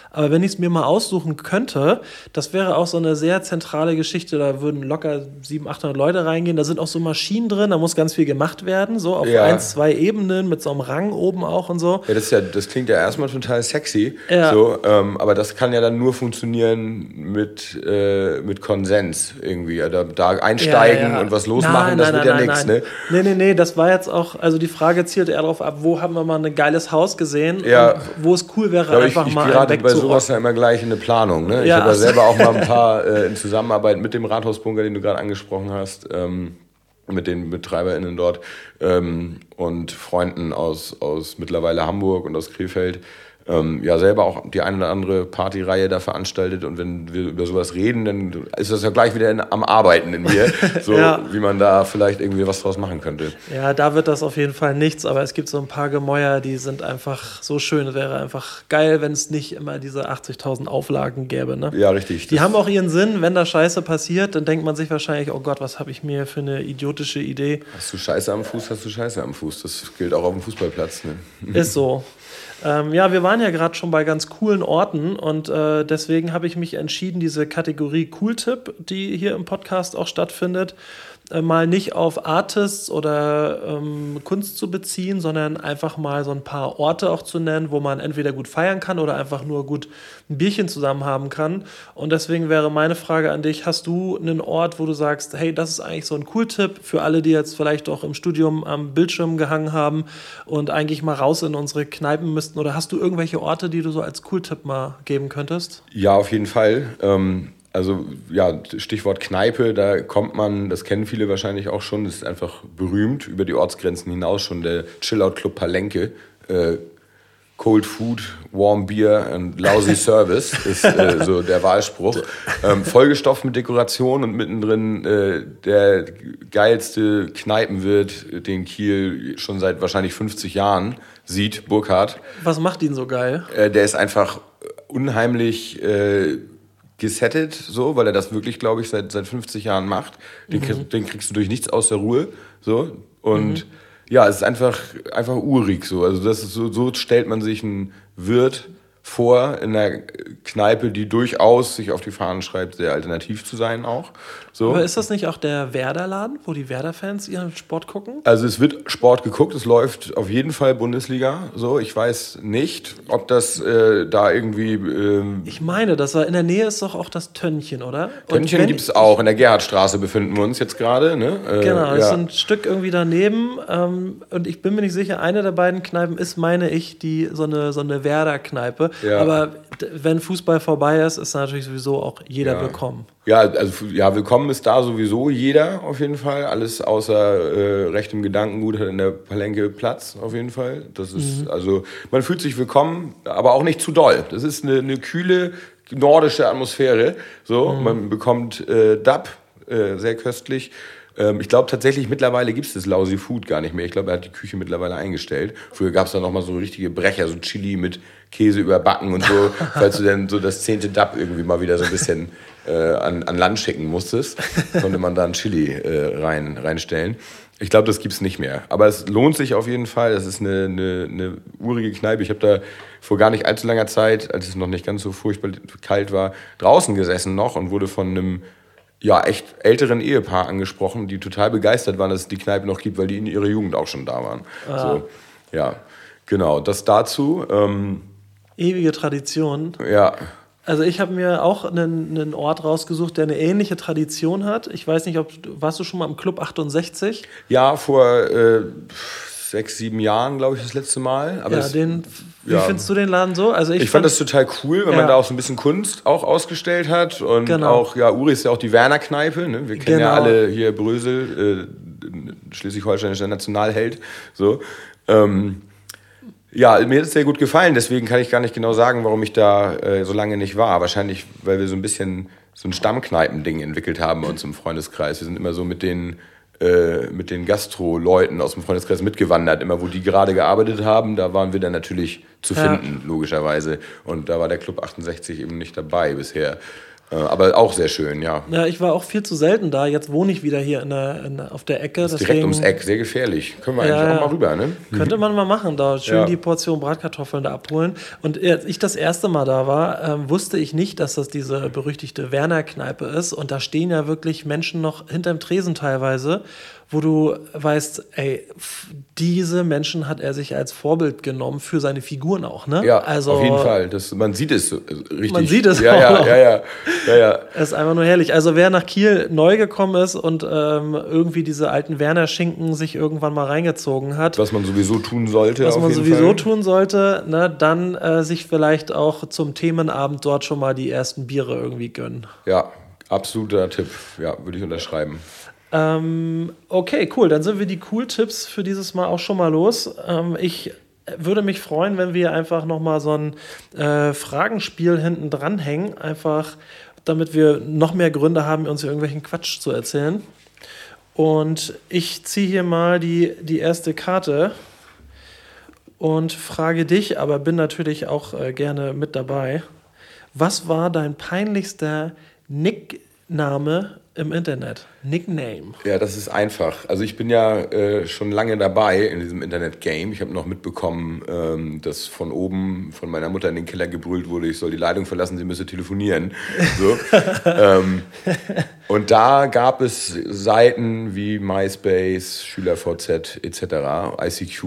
Aber wenn ich es mir mal aussuchen könnte, das wäre auch so eine sehr zentrale Geschichte. Da würden locker siebenhundert, achthundert Leute reingehen. Da sind auch so Maschinen drin, da muss ganz viel gemacht werden. So auf Ja. eins, zwei Ebenen mit so einem Rang oben auch und so. Ja, das, ist ja, das klingt ja erstmal total sexy, Ja. so, ähm, aber das kann ja dann nur funktionieren mit, äh, mit Konsens irgendwie. Da, da einsteigen Ja, ja, ja. und was losmachen, Nein, das nein, wird nein, ja nein, nichts. nein. Ne? Nee, nee, nee, das war jetzt auch, also die Frage zielt eher darauf ab, wo haben wir mal ein geiles Haus gesehen, Ja. und wo es cool wäre, Aber ich, einfach ich mal gerate einen bei sowas wegzurocken. ja immer gleich in eine Planung. Ne? Ich Ja. habe ja selber auch mal ein paar äh, in Zusammenarbeit mit dem Rathausbunker, den du gerade angesprochen hast, ähm, mit den BetreiberInnen dort ähm, und Freunden aus, aus mittlerweile Hamburg und aus Krefeld, ähm, ja selber auch die eine oder andere Partyreihe da veranstaltet. Und wenn wir über sowas reden, dann ist das ja gleich wieder in, am Arbeiten in mir, so Ja. wie man da vielleicht irgendwie was draus machen könnte. Ja, da wird das auf jeden Fall nichts, aber es gibt so ein paar Gemäuer, die sind einfach so schön. Es wäre einfach geil, wenn es nicht immer diese achtzigtausend Auflagen gäbe. Ne? Ja, richtig. Die Das- haben auch ihren Sinn. Wenn da Scheiße passiert, dann denkt man sich wahrscheinlich, oh Gott, was habe ich mir für eine idiotische Idee. Hast du Scheiße am Fuß, hast du Scheiße am Fuß. Das gilt auch auf dem Fußballplatz. Ne? Ist so. Ähm, ja, wir waren ja gerade schon bei ganz coolen Orten und äh, deswegen habe ich mich entschieden, diese Kategorie Cool-Tipp, die hier im Podcast auch stattfindet, äh, mal nicht auf Artists oder ähm, Kunst zu beziehen, sondern einfach mal so ein paar Orte auch zu nennen, wo man entweder gut feiern kann oder einfach nur gut ein Bierchen zusammen haben kann. Und deswegen wäre meine Frage an dich, hast du einen Ort, wo du sagst, hey, das ist eigentlich so ein Cool-Tipp für alle, die jetzt vielleicht auch im Studium am Bildschirm gehangen haben und eigentlich mal raus in unsere Kneipen müssten? Oder hast du irgendwelche Orte, die du so als Cool-Tipp mal geben könntest? Ja, auf jeden Fall. Ähm, also ja, Stichwort Kneipe, da kommt man, das kennen viele wahrscheinlich auch schon, das ist einfach berühmt, über die Ortsgrenzen hinaus schon, der Chill-Out-Club Palenque. Äh, Cold Food, Warm Beer and Lousy Service ist äh, so der Wahlspruch. Ähm, vollgestopft mit Dekoration und mittendrin äh, der geilste Kneipenwirt, den Kiel schon seit wahrscheinlich fünfzig Jahren sieht, Burkhard. Was macht ihn so geil? Äh, der ist einfach unheimlich äh, gesettet, so, weil er das wirklich, glaube ich, seit, seit fünfzig Jahren macht. Den, krieg, den kriegst du durch nichts aus der Ruhe. So. Und mhm. ja, es ist einfach, einfach urig so. Also das ist so, so stellt man sich einen Wirt vor in einer Kneipe, die durchaus sich auf die Fahnen schreibt, sehr alternativ zu sein auch. So. Aber ist das nicht auch der Werder-Laden, wo die Werder-Fans ihren Sport gucken? Also es wird Sport geguckt, es läuft auf jeden Fall Bundesliga. So, ich weiß nicht, ob das äh, da irgendwie... Ähm, ich meine, das war in der Nähe ist doch auch das Tönnchen, oder? Tönnchen gibt es auch, in der Gerhardstraße befinden wir uns jetzt gerade. Ne? Äh, Genau, das ja. ist ein Stück irgendwie daneben. Ähm, und ich bin mir nicht sicher, eine der beiden Kneipen ist, meine ich, die so eine, so eine Werder-Kneipe. Ja. Aber d- wenn Fußball vorbei ist, ist natürlich sowieso auch jeder Ja. willkommen. Ja, also ja, willkommen ist da sowieso jeder auf jeden Fall. Alles außer äh, rechtem Gedankengut hat in der Palenque Platz auf jeden Fall. Das ist Mhm. also man fühlt sich willkommen, aber auch nicht zu doll. Das ist eine, eine kühle nordische Atmosphäre. So, Mhm. man bekommt äh, Dab, äh, sehr köstlich. Ähm, ich glaube tatsächlich mittlerweile gibt es das Lousy Food gar nicht mehr. Ich glaube, er hat die Küche mittlerweile eingestellt. Früher gab es da noch mal so richtige Brecher, so Chili mit Käse überbacken und so, falls du dann so das zehnte Dab irgendwie mal wieder so ein bisschen äh, an, an Land schicken musstest, konnte man da ein Chili äh, rein, reinstellen. Ich glaube, das gibt's nicht mehr. Aber es lohnt sich auf jeden Fall. Das ist eine, eine, eine urige Kneipe. Ich habe da vor gar nicht allzu langer Zeit, als es noch nicht ganz so furchtbar kalt war, draußen gesessen noch und wurde von einem ja, echt älteren Ehepaar angesprochen, die total begeistert waren, dass es die Kneipe noch gibt, weil die in ihrer Jugend auch schon da waren. Ah. So, ja, genau. Das dazu. Ähm, Ewige Tradition. ja. Also ich habe mir auch einen, einen Ort rausgesucht, der eine ähnliche Tradition hat. Ich weiß nicht, ob warst du schon mal im Club achtundsechzig? Ja, vor äh, sechs, sieben Jahren, glaube ich, das letzte Mal. Aber Ja, das, den, wie ja. findest du den Laden so? Also ich, Ich fand das total cool, wenn Ja. man da auch so ein bisschen Kunst auch ausgestellt hat. Und Genau. auch, ja, Uri ist ja auch die Werner-Kneipe. Ne? Wir kennen ja Genau. alle hier Brösel, äh, schleswig-holsteinischer Nationalheld. So. Ähm, ja, mir hat es sehr gut gefallen. Deswegen kann ich gar nicht genau sagen, warum ich da äh, so lange nicht war. Wahrscheinlich, weil wir so ein bisschen so ein Stammkneipending entwickelt haben bei uns im Freundeskreis. Wir sind immer so mit den äh, mit den Gastro-Leuten aus dem Freundeskreis mitgewandert, immer wo die gerade gearbeitet haben, da waren wir dann natürlich zu Ja. finden, logischerweise. Und da war der Club achtundsechzig eben nicht dabei bisher. Äh, aber auch sehr schön, ja. Ja, ich war auch viel zu selten da. Jetzt wohne ich wieder hier in der, in, auf der Ecke. Das ist deswegen, direkt ums Eck, sehr gefährlich. Können wir eigentlich Ja, auch mal rüber, ne? Könnte man mal machen, da schön Ja. die Portion Bratkartoffeln da abholen. Und als ich das erste Mal da war, ähm, wusste ich nicht, dass das diese berüchtigte Werner-Kneipe ist. Und da stehen ja wirklich Menschen noch hinterm Tresen teilweise, wo du weißt, ey, f- diese Menschen hat er sich als Vorbild genommen für seine Figuren auch, ne? Ja, also, auf jeden Fall. Das, man sieht es so, äh, richtig. Man sieht es ja, ja, auch. ja, ja, ja, ja. Es ist einfach nur herrlich. Also wer nach Kiel neu gekommen ist und ähm, irgendwie diese alten Werner-Schinken sich irgendwann mal reingezogen hat, Was man sowieso tun sollte. was auf man jeden sowieso Fall. tun sollte, ne, dann äh, sich vielleicht auch zum Themenabend dort schon mal die ersten Biere irgendwie gönnen. Ja, absoluter Tipp. Ja, würde ich unterschreiben. Ähm, okay, cool. Dann sind wir die Cool-Tipps für dieses Mal auch schon mal los. Ähm, ich würde mich freuen, wenn wir einfach noch mal so ein äh, Fragenspiel hinten dranhängen, einfach damit wir noch mehr Gründe haben, uns hier irgendwelchen Quatsch zu erzählen. Und ich ziehe hier mal die, die erste Karte und frage dich, aber bin natürlich auch äh, gerne mit dabei. Was war dein peinlichster Nickname im Internet? Nickname. Ja, das ist einfach. Also ich bin ja äh, schon lange dabei in diesem Internet-Game. Ich habe noch mitbekommen, ähm, dass von oben von meiner Mutter in den Keller gebrüllt wurde, ich soll die Leitung verlassen, sie müsse telefonieren. So. ähm, und da gab es Seiten wie MySpace, SchülerVZ et cetera, I C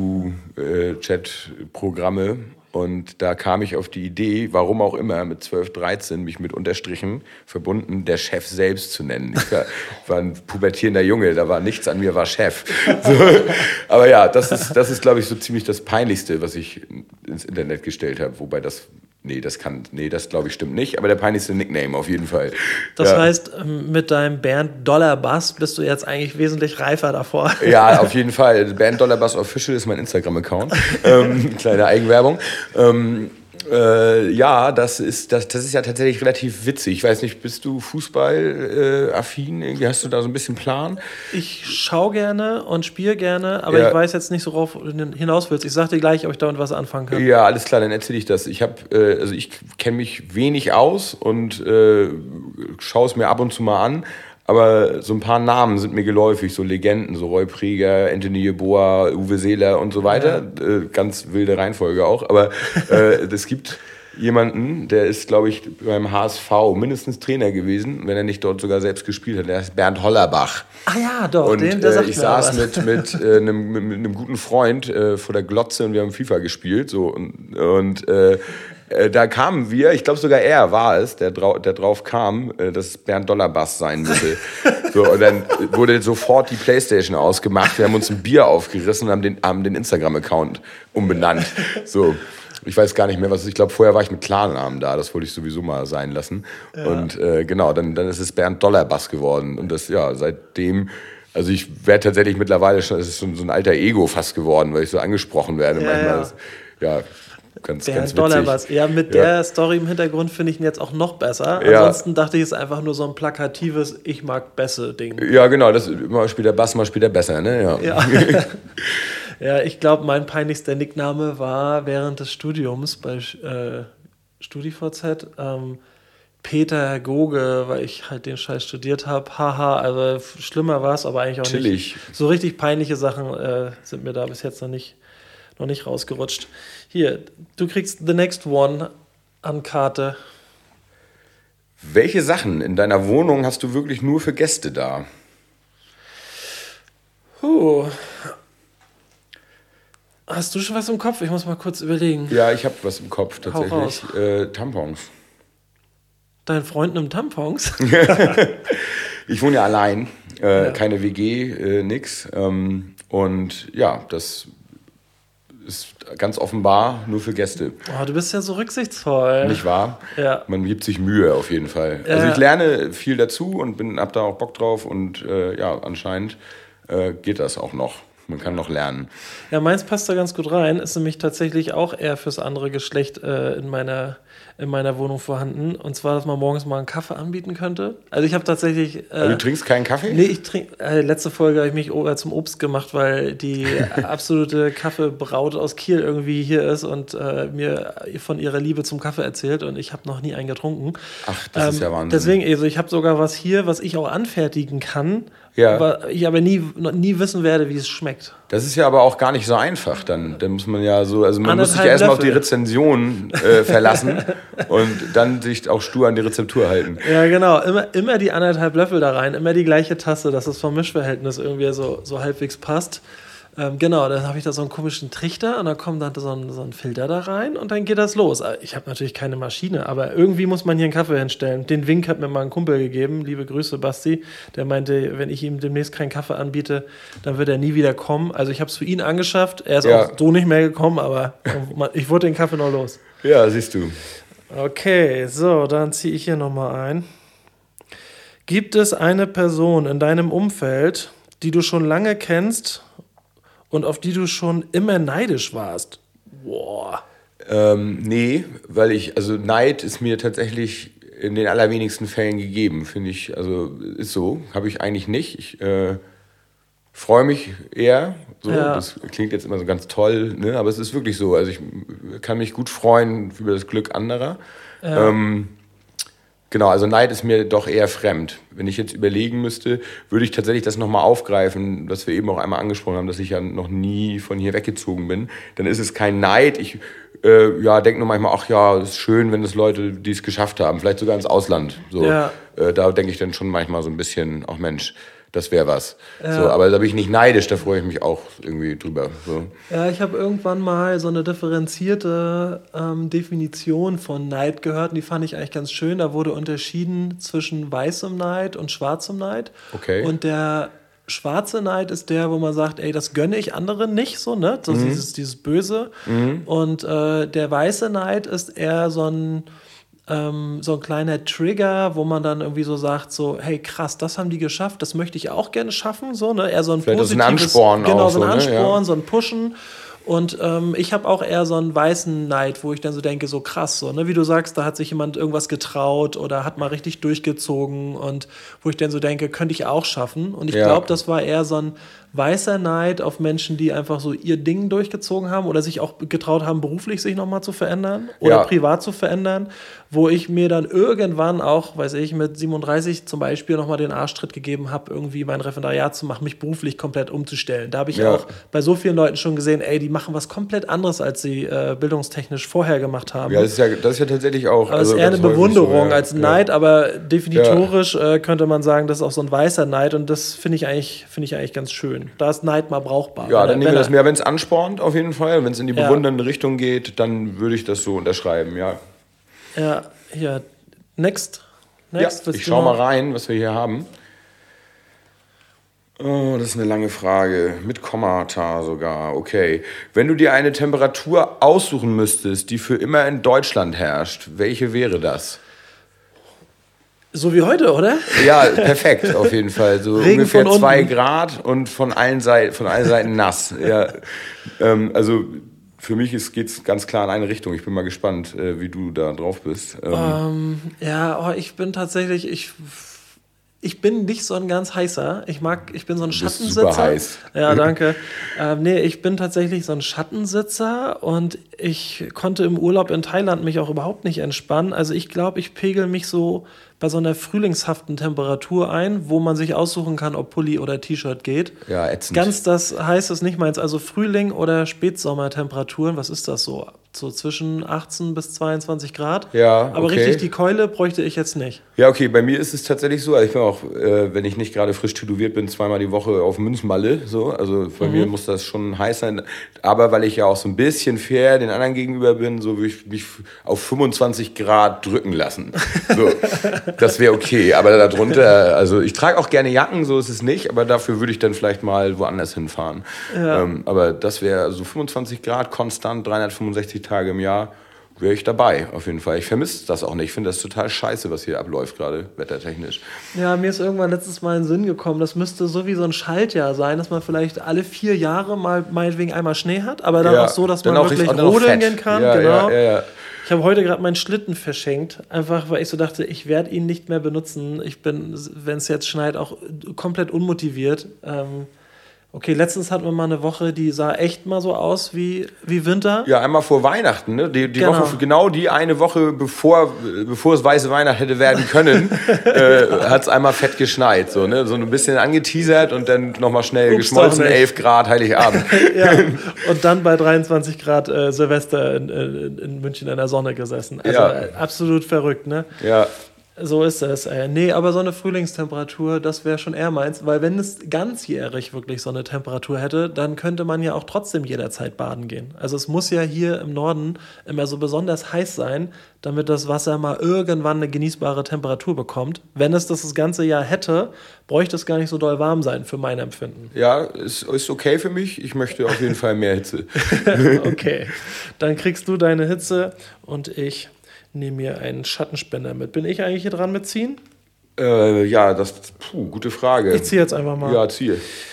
Q-Chat-Programme. Und da kam ich auf die Idee, warum auch immer, mit zwölf, dreizehn mich mit Unterstrichen verbunden, der Chef selbst zu nennen. Ich war, war ein pubertierender Junge, da war nichts an mir, war Chef. So. Aber ja, das ist, das ist, glaube ich, so ziemlich das Peinlichste, was ich ins Internet gestellt habe. Wobei das, nee, das kann, nee, das glaube ich stimmt nicht. Aber der peinlichste Nickname auf jeden Fall. Das ja. heißt, ähm, mit deinem Bernd Dollar Bass bist du jetzt eigentlich wesentlich reifer davor. Ja, auf jeden Fall. Bernd Dollar Bass Official ist mein Instagram-Account. ähm, kleine Eigenwerbung. Ähm, äh, ja, das ist, das, das ist ja tatsächlich relativ witzig. Ich weiß nicht, bist du Fußball-affin? Irgendwie hast du da so ein bisschen Plan? Ich schaue gerne und spiele gerne, aber Ja. ich weiß jetzt nicht, worauf du hinaus willst. Ich sag dir gleich, ob ich damit was anfangen kann. Ja, alles klar, dann erzähle ich das. Ich habe, äh, also ich kenne mich wenig aus und äh, schaue es mir ab und zu mal an. Aber so ein paar Namen sind mir geläufig, so Legenden, so Roy Preger, Anthony Yeboah, Uwe Seeler und so weiter. Ja. Äh, ganz wilde Reihenfolge auch. Aber äh, es gibt jemanden, der ist, glaube ich, beim H S V mindestens Trainer gewesen, wenn er nicht dort sogar selbst gespielt hat. Der heißt Bernd Hollerbach. Ah ja, doch, Und den, der äh, sagt ich mir saß was. mit, mit, äh, einem, mit, mit einem guten Freund äh, vor der Glotze und wir haben FIFA gespielt. So, und und äh, äh, da kamen wir, ich glaube sogar er war es, der, drau der drauf kam, äh, dass Bernd Dollarbass sein müsse. So, und dann wurde sofort die Playstation ausgemacht. Wir haben uns ein Bier aufgerissen und haben den, haben den Instagram-Account umbenannt. So. Ich weiß gar nicht mehr, was es ist. Ich glaube, vorher war ich mit Klarnamen da. Das wollte ich sowieso mal sein lassen. Ja. Und äh, genau, dann, dann ist es Bernd Dollarbass geworden. Und das, ja, seitdem, also ich werde tatsächlich mittlerweile schon, es ist so, so ein alter Ego fast geworden, weil ich so angesprochen werde. Ja, manchmal. ja. Das, ja, ganz, Bernd ganz witzig. Dollarbass. Ja, mit Ja. der Story im Hintergrund finde ich ihn jetzt auch noch besser. Ja. Ansonsten dachte ich, es ist einfach nur so ein plakatives Ich mag Bässe-Ding. Ja, genau, das, mal spielt der Bass, mal spielt der besser, ne? Ja. Ja. Ja, ich glaube, mein peinlichster Nickname war während des Studiums bei äh, StudiVZ ähm, Peter Goge, weil ich halt den Scheiß studiert habe. Haha, also schlimmer war es, aber eigentlich auch Chillig. nicht. So richtig peinliche Sachen äh, sind mir da bis jetzt noch nicht, noch nicht rausgerutscht. Hier, du kriegst the next one an Karte. Welche Sachen in deiner Wohnung hast du wirklich nur für Gäste da? Huh. Hast du schon was im Kopf? Ich muss mal kurz überlegen. Ja, ich habe was im Kopf Hau raus. tatsächlich. Äh, Tampons. Dein Freund nimmt Tampons? Ich wohne ja allein, äh, Ja. keine W G, äh, nix. Ähm, und ja, das ist ganz offenbar nur für Gäste. Oh, du bist ja so rücksichtsvoll. Nicht wahr? Ja. Man gibt sich Mühe auf jeden Fall. Ja. Also ich lerne viel dazu und bin, hab da auch Bock drauf und äh, ja, anscheinend äh, geht das auch noch. man kann noch lernen. Ja, meins passt da ganz gut rein. Ist nämlich tatsächlich auch eher fürs andere Geschlecht äh, in meiner in meiner Wohnung vorhanden. Und zwar, dass man morgens mal einen Kaffee anbieten könnte. Also ich habe tatsächlich... Äh, Aber du trinkst keinen Kaffee? Nee, ich trinke... Äh, letzte Folge habe ich mich o- zum Obst gemacht, weil die absolute Kaffeebraut aus Kiel irgendwie hier ist und äh, mir von ihrer Liebe zum Kaffee erzählt. Und ich habe noch nie einen getrunken. Ach, das ähm, ist ja Wahnsinn. Deswegen, also ich habe sogar was hier, was ich auch anfertigen kann. Ja. Aber ich aber nie, nie wissen werde, wie es schmeckt. Das ist ja aber auch gar nicht so einfach. Dann, dann muss man ja so, also man Anderthalb muss sich ja erstmal auf die Löffel. Rezension äh, verlassen und dann sich auch stur an die Rezeptur halten. Ja, genau. Immer, immer die anderthalb Löffel da rein, immer die gleiche Tasse, dass das vom Mischverhältnis irgendwie so, so halbwegs passt. Ähm, genau, dann habe ich da so einen komischen Trichter und dann kommt dann so ein, so ein Filter da rein und dann geht das los. Ich habe natürlich keine Maschine, aber irgendwie muss man hier einen Kaffee hinstellen. Den Wink hat mir mal ein Kumpel gegeben, liebe Grüße Basti, der meinte, wenn ich ihm demnächst keinen Kaffee anbiete, dann wird er nie wieder kommen. Also ich habe es für ihn angeschafft, er ist Ja. auch so nicht mehr gekommen, aber ich wurde den Kaffee noch los. Ja, siehst du. Okay, so, dann ziehe ich hier nochmal ein. Gibt es eine Person in deinem Umfeld, die du schon lange kennst und auf die du schon immer neidisch warst? Boah. Ähm, nee, weil ich, also Neid ist mir tatsächlich in den allerwenigsten Fällen gegeben, finde ich, also ist so, habe ich eigentlich nicht. Ich äh, freue mich eher, so, Ja. das klingt jetzt immer so ganz toll, ne? Aber es ist wirklich so, also ich kann mich gut freuen über das Glück anderer. Ja. Ähm, Genau, also Neid ist mir doch eher fremd. Wenn ich jetzt überlegen müsste, würde ich tatsächlich das nochmal aufgreifen, was wir eben auch einmal angesprochen haben, dass ich ja noch nie von hier weggezogen bin. Dann ist es kein Neid. Ich äh, ja, denke nur manchmal, ach ja, es ist schön, wenn es Leute, die es geschafft haben, vielleicht sogar ins Ausland. So, Ja. äh, da denke ich dann schon manchmal so ein bisschen, ach Mensch, das wäre was. Ja. So, aber da bin ich nicht neidisch, da freue ich mich auch irgendwie drüber. So. Ja, ich habe irgendwann mal so eine differenzierte ähm, Definition von Neid gehört und die fand ich eigentlich ganz schön. Da wurde unterschieden zwischen weißem Neid und schwarzem Neid. Okay. Und der schwarze Neid ist der, wo man sagt, ey, das gönne ich anderen nicht, so, ne? So Mhm. dieses, dieses Böse. Und äh, der weiße Neid ist eher so ein ähm, so ein kleiner Trigger, wo man dann irgendwie so sagt, so, hey krass, das haben die geschafft, das möchte ich auch gerne schaffen, so, ne? Eher so ein Vielleicht ist ein positives, Ansporn genau, auch so ein so, ne? Ansporn, Ja. so ein Pushen. Und ähm, ich habe auch eher so einen weißen Neid, wo ich dann so denke, so krass, so, ne? Wie du sagst, da hat sich jemand irgendwas getraut oder hat mal richtig durchgezogen und wo ich dann so denke, könnte ich auch schaffen. Und ich Ja. glaube, das war eher so ein weißer Neid auf Menschen, die einfach so ihr Ding durchgezogen haben oder sich auch getraut haben, beruflich sich nochmal zu verändern oder Ja. privat zu verändern, wo ich mir dann irgendwann auch, weiß ich, mit siebenunddreißig zum Beispiel nochmal den Arschtritt gegeben habe, irgendwie mein Referendariat zu machen, mich beruflich komplett umzustellen. Da habe ich Ja. auch bei so vielen Leuten schon gesehen, ey, die machen was komplett anderes, als sie äh, bildungstechnisch vorher gemacht haben. Ja, das ist ja, das ist ja tatsächlich auch. Aber es ist eher eine ganz häufig Bewunderung so, ja. als Ja. Neid, aber definitorisch äh, könnte man sagen, das ist auch so ein weißer Neid und das finde ich eigentlich, finde ich eigentlich ganz schön. Da ist Neid mal brauchbar. Ja, Wenn dann er- nehmen wir wenn das er- mehr, wenn es anspornt, auf jeden Fall. Wenn es in die Ja. bewundernde Richtung geht, dann würde ich das so unterschreiben, ja. Ja, hier, next. Ja, Next willst ich du schau mal noch? rein, was wir hier haben. Oh, das ist eine lange Frage. Mit Kommata sogar. Okay. Wenn du dir eine Temperatur aussuchen müsstest, die für immer in Deutschland herrscht, welche wäre das? So wie heute, oder? Ja, perfekt, auf jeden Fall. So Regen ungefähr von zwei unten. Grad und von allen Seiten, von allen Seiten nass. Ja, ähm, also für mich geht es ganz klar in eine Richtung. Ich bin mal gespannt, äh, wie du da drauf bist. Ähm, Ähm, ja, oh, ich bin tatsächlich, ich, ich bin nicht so ein ganz heißer. Ich mag, ich bin so ein bist Schattensitzer. super heiß. Ja, danke. ähm, nee, ich bin tatsächlich so ein Schattensitzer und ich konnte im Urlaub in Thailand mich auch überhaupt nicht entspannen. Also ich glaube, ich pegel mich so bei so einer frühlingshaften Temperatur ein, wo man sich aussuchen kann, ob Pulli oder T-Shirt geht. Ja, ätzend. Ganz das heißt es nicht meins. Also Frühling oder Spätsommertemperaturen, was ist das so? So zwischen achtzehn bis zweiundzwanzig Grad. Ja, Aber okay. richtig die Keule bräuchte ich jetzt nicht. Ja, okay, bei mir ist es tatsächlich so, also ich bin auch, äh, wenn ich nicht gerade frisch tätowiert bin, zweimal die Woche auf Münzmalle, so, also bei Mhm. mir muss das schon heiß sein, aber weil ich ja auch so ein bisschen fair den anderen gegenüber bin, so würde ich mich auf fünfundzwanzig Grad drücken lassen, so, das wäre okay, aber darunter, also ich trage auch gerne Jacken, so ist es nicht, aber dafür würde ich dann vielleicht mal woanders hinfahren, Ja. ähm, aber das wäre so fünfundzwanzig Grad konstant, dreihundertfünfundsechzig Tage im Jahr, wäre ich dabei, auf jeden Fall. Ich vermisse das auch nicht. Ich finde das total scheiße, was hier abläuft, gerade wettertechnisch. Ja, mir ist irgendwann letztes Mal in den Sinn gekommen, das müsste so wie so ein Schaltjahr sein, dass man vielleicht alle vier Jahre mal meinetwegen einmal Schnee hat, aber dann Ja, auch so, dass dann man auch wirklich richtig- auch noch rodeln fett. gehen kann. Ja, genau. ja, ja, ja. Ich habe heute gerade meinen Schlitten verschenkt, einfach weil ich so dachte, ich werde ihn nicht mehr benutzen. Ich bin, wenn es jetzt schneit, auch komplett unmotiviert. Ähm, okay, letztens hatten wir mal eine Woche, die sah echt mal so aus wie, wie Winter. Ja, einmal vor Weihnachten, ne? Die, die Genau. Woche, genau die eine Woche, bevor, bevor es weiße Weihnacht hätte werden können, äh, hat es einmal fett geschneit. So, ne? So ein bisschen angeteasert und dann nochmal schnell Ups, geschmolzen, doch nicht. elf Grad, Heiligabend. Ja, und dann bei dreiundzwanzig Grad äh, Silvester in, in, in München in der Sonne gesessen. Also Ja. äh, absolut verrückt, ne? Ja, So ist es. Äh, nee, aber so eine Frühlingstemperatur, das wäre schon eher meins, weil wenn es ganzjährig wirklich so eine Temperatur hätte, dann könnte man ja auch trotzdem jederzeit baden gehen. Also es muss ja hier im Norden immer so besonders heiß sein, damit das Wasser mal irgendwann eine genießbare Temperatur bekommt. Wenn es das das ganze Jahr hätte, bräuchte es gar nicht so doll warm sein für mein Empfinden. ja, ist, ist okay für mich. Ich möchte auf jeden Fall mehr Hitze. Okay, dann kriegst du deine Hitze und ich nehme mir einen Schattenspender mit. Bin ich eigentlich hier dran mit ziehen? Äh, ja, das, puh, gute Frage. Ich ziehe jetzt einfach mal. Ja, ziehe.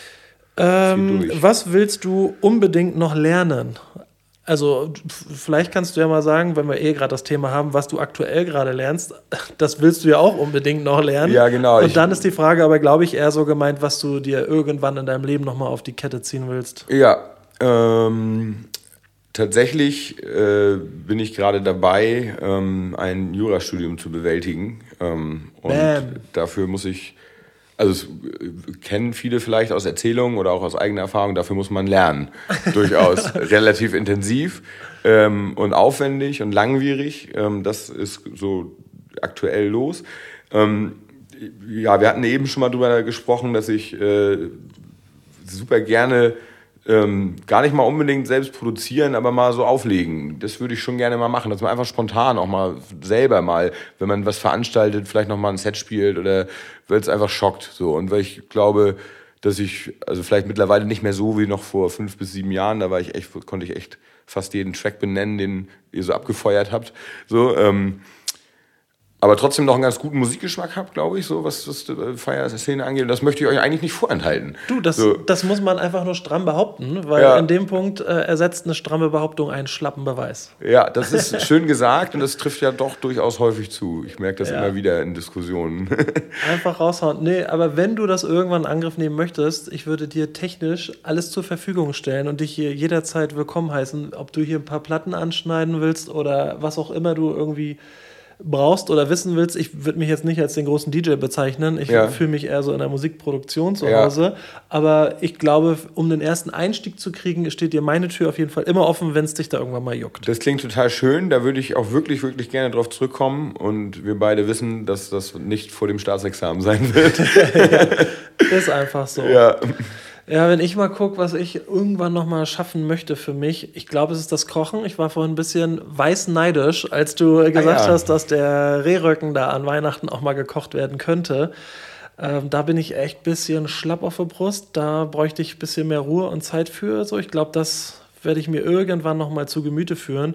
ähm, zieh durch. was willst du unbedingt noch lernen? Also f- vielleicht kannst du ja mal sagen, wenn wir eh gerade das Thema haben, was du aktuell gerade lernst, das willst du ja auch unbedingt noch lernen. Ja, genau. Und Ich- dann ist die Frage aber, glaube ich, eher so gemeint, was du dir irgendwann in deinem Leben nochmal auf die Kette ziehen willst. Ja, ähm, tatsächlich äh, bin ich gerade dabei, ähm, ein Jurastudium zu bewältigen. Ähm, und Bam. dafür muss ich, also es äh, kennen viele vielleicht aus Erzählungen oder auch aus eigener Erfahrung, dafür muss man lernen. Durchaus relativ intensiv ähm, und aufwendig und langwierig. Ähm, das ist so aktuell los. Ähm, ja, wir hatten eben schon mal drüber gesprochen, dass ich äh, super gerne ähm, gar nicht mal unbedingt selbst produzieren, aber mal so auflegen. Das würde ich schon gerne mal machen, dass man einfach spontan auch mal selber mal, wenn man was veranstaltet, vielleicht noch mal ein Set spielt oder weil es einfach schockt. So. Und weil ich glaube, dass ich, also vielleicht mittlerweile nicht mehr so wie noch vor fünf bis sieben Jahren, da war ich echt, konnte ich echt fast jeden Track benennen, den ihr so abgefeuert habt. So, ähm, aber trotzdem noch einen ganz guten Musikgeschmack habe, glaube ich, so was das äh, Feierszene angeht. Und das möchte ich euch eigentlich nicht vorenthalten. Du, das, so. das muss man einfach nur stramm behaupten, weil Ja. in dem Punkt äh, ersetzt eine stramme Behauptung einen schlappen Beweis. Ja, das ist schön gesagt und das trifft ja doch durchaus häufig zu. Ich merke das Ja. immer wieder in Diskussionen. Einfach raushauen. Nee, aber wenn du das irgendwann in Angriff nehmen möchtest, ich würde dir technisch alles zur Verfügung stellen und dich hier jederzeit willkommen heißen, ob du hier ein paar Platten anschneiden willst oder was auch immer du irgendwie brauchst oder wissen willst. Ich würde mich jetzt nicht als den großen D J bezeichnen. Ich Ja. fühle mich eher so in der Musikproduktion zu Ja. Hause. Aber ich glaube, um den ersten Einstieg zu kriegen, steht dir meine Tür auf jeden Fall immer offen, wenn es dich da irgendwann mal juckt. Das klingt total schön, da würde ich auch wirklich, wirklich gerne drauf zurückkommen und wir beide wissen, dass das nicht vor dem Staatsexamen sein wird. Ist einfach so. Ja. Ja, wenn ich mal gucke, was ich irgendwann noch mal schaffen möchte für mich, ich glaube, es ist das Kochen. Ich war vorhin ein bisschen weiß neidisch, als du gesagt ja. hast, dass der Rehrücken da an Weihnachten auch mal gekocht werden könnte. Ähm, da bin ich echt ein bisschen schlapp auf der Brust. Da bräuchte ich ein bisschen mehr Ruhe und Zeit für. So, ich glaube, das werde ich mir irgendwann noch mal zu Gemüte führen.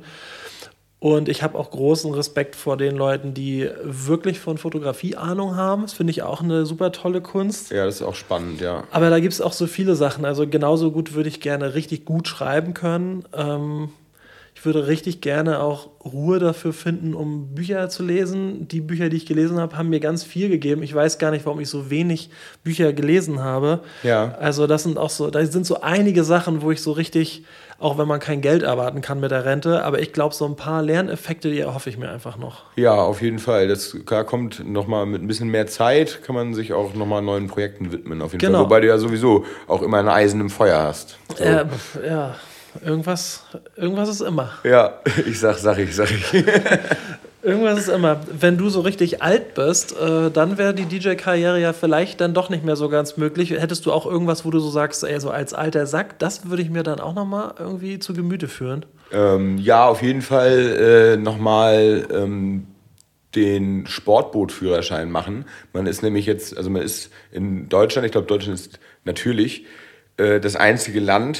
Und ich habe auch großen Respekt vor den Leuten, die wirklich von Fotografie Ahnung haben. Das finde ich auch eine super tolle Kunst. Ja, das ist auch spannend, ja. Aber da gibt es auch so viele Sachen. Also genauso gut würde ich gerne richtig gut schreiben können. Ähm, ich würde richtig gerne auch Ruhe dafür finden, um Bücher zu lesen. Die Bücher, die ich gelesen habe, haben mir ganz viel gegeben. Ich weiß gar nicht, warum ich so wenig Bücher gelesen habe. Ja. Also das sind auch so, da sind so einige Sachen, wo ich so richtig, auch wenn man kein Geld erwarten kann mit der Rente, aber ich glaube, so ein paar Lerneffekte, die erhoffe ich mir einfach noch. Ja, auf jeden Fall. Das da kommt nochmal mit ein bisschen mehr Zeit, kann man sich auch nochmal neuen Projekten widmen. Auf jeden Genau. Fall. Wobei du ja sowieso auch immer ein Eisen im Feuer hast. So. Äh, ja, irgendwas, irgendwas ist immer. Ja, ich sag, sag ich, sag ich. Irgendwas ist immer. Wenn du so richtig alt bist, äh, dann wäre die D J-Karriere ja vielleicht dann doch nicht mehr so ganz möglich. Hättest du auch irgendwas, wo du so sagst, ey, so als alter Sack, das würde ich mir dann auch nochmal irgendwie zu Gemüte führen? Ähm, ja, auf jeden Fall äh, nochmal ähm, den Sportbootführerschein machen. Man ist nämlich jetzt, also man ist in Deutschland, ich glaube, Deutschland ist natürlich äh, das einzige Land,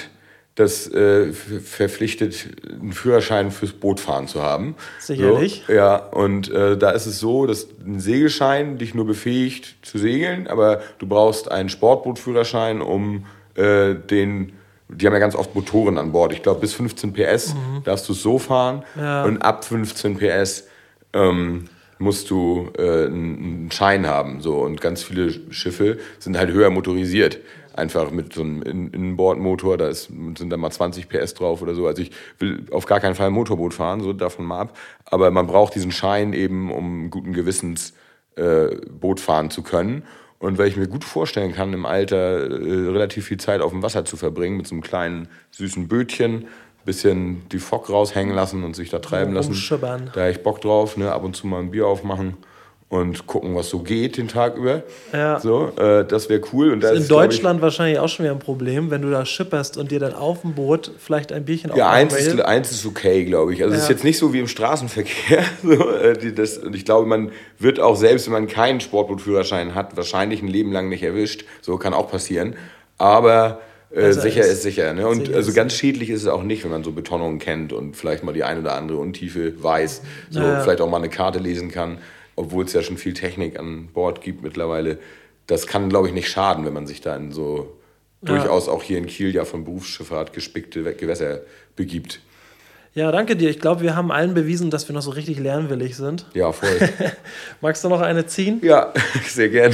das äh, verpflichtet, einen Führerschein fürs Bootfahren zu haben. Sicherlich. So, ja, und äh, da ist es so, dass ein Segelschein dich nur befähigt zu segeln, aber du brauchst einen Sportbootführerschein, um äh, den, die haben ja ganz oft Motoren an Bord. Ich glaube, bis fünfzehn P S mhm. darfst du so fahren ja. und ab fünfzehn P S ähm, musst du äh, einen Schein haben. So. Und ganz viele Schiffe sind halt höher motorisiert. Einfach mit so einem Innenbordmotor, da ist, sind dann mal zwanzig P S drauf oder so. Also ich will auf gar keinen Fall ein Motorboot fahren, so davon mal ab. Aber man braucht diesen Schein eben, um guten Gewissens äh, Boot fahren zu können. Und weil ich mir gut vorstellen kann, im Alter äh, relativ viel Zeit auf dem Wasser zu verbringen, mit so einem kleinen süßen Bötchen, bisschen die Fock raushängen lassen und sich da treiben lassen. Da habe ich Bock drauf, ne? Ab und zu mal ein Bier aufmachen und gucken, was so geht den Tag über. Ja. So, äh, das wäre cool. Und das ist in ist, Deutschland ich, wahrscheinlich auch schon wieder ein Problem, wenn du da schipperst und dir dann auf dem Boot vielleicht ein Bierchen ja, eins ist, eins ist okay, glaube ich. Also es ja. ist jetzt nicht so wie im Straßenverkehr. so, äh, die, das, und ich glaube, man wird auch, selbst wenn man keinen Sportbootführerschein hat, wahrscheinlich ein Leben lang nicht erwischt. So kann auch passieren. Aber äh, also sicher ist, ist sicher. Ne? Und also ganz schädlich ist es auch nicht, wenn man so Betonungen kennt und vielleicht mal die eine oder andere Untiefe weiß. So ja. vielleicht auch mal eine Karte lesen kann. Obwohl es ja schon viel Technik an Bord gibt mittlerweile. Das kann, glaube ich, nicht schaden, wenn man sich da in so ja. durchaus auch hier in Kiel ja von Berufsschifffahrt gespickte Gewässer begibt. Ja, danke dir. Ich glaube, wir haben allen bewiesen, dass wir noch so richtig lernwillig sind. Ja, voll. Magst du noch eine ziehen? Ja, sehr gerne.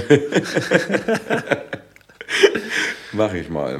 Mach ich mal.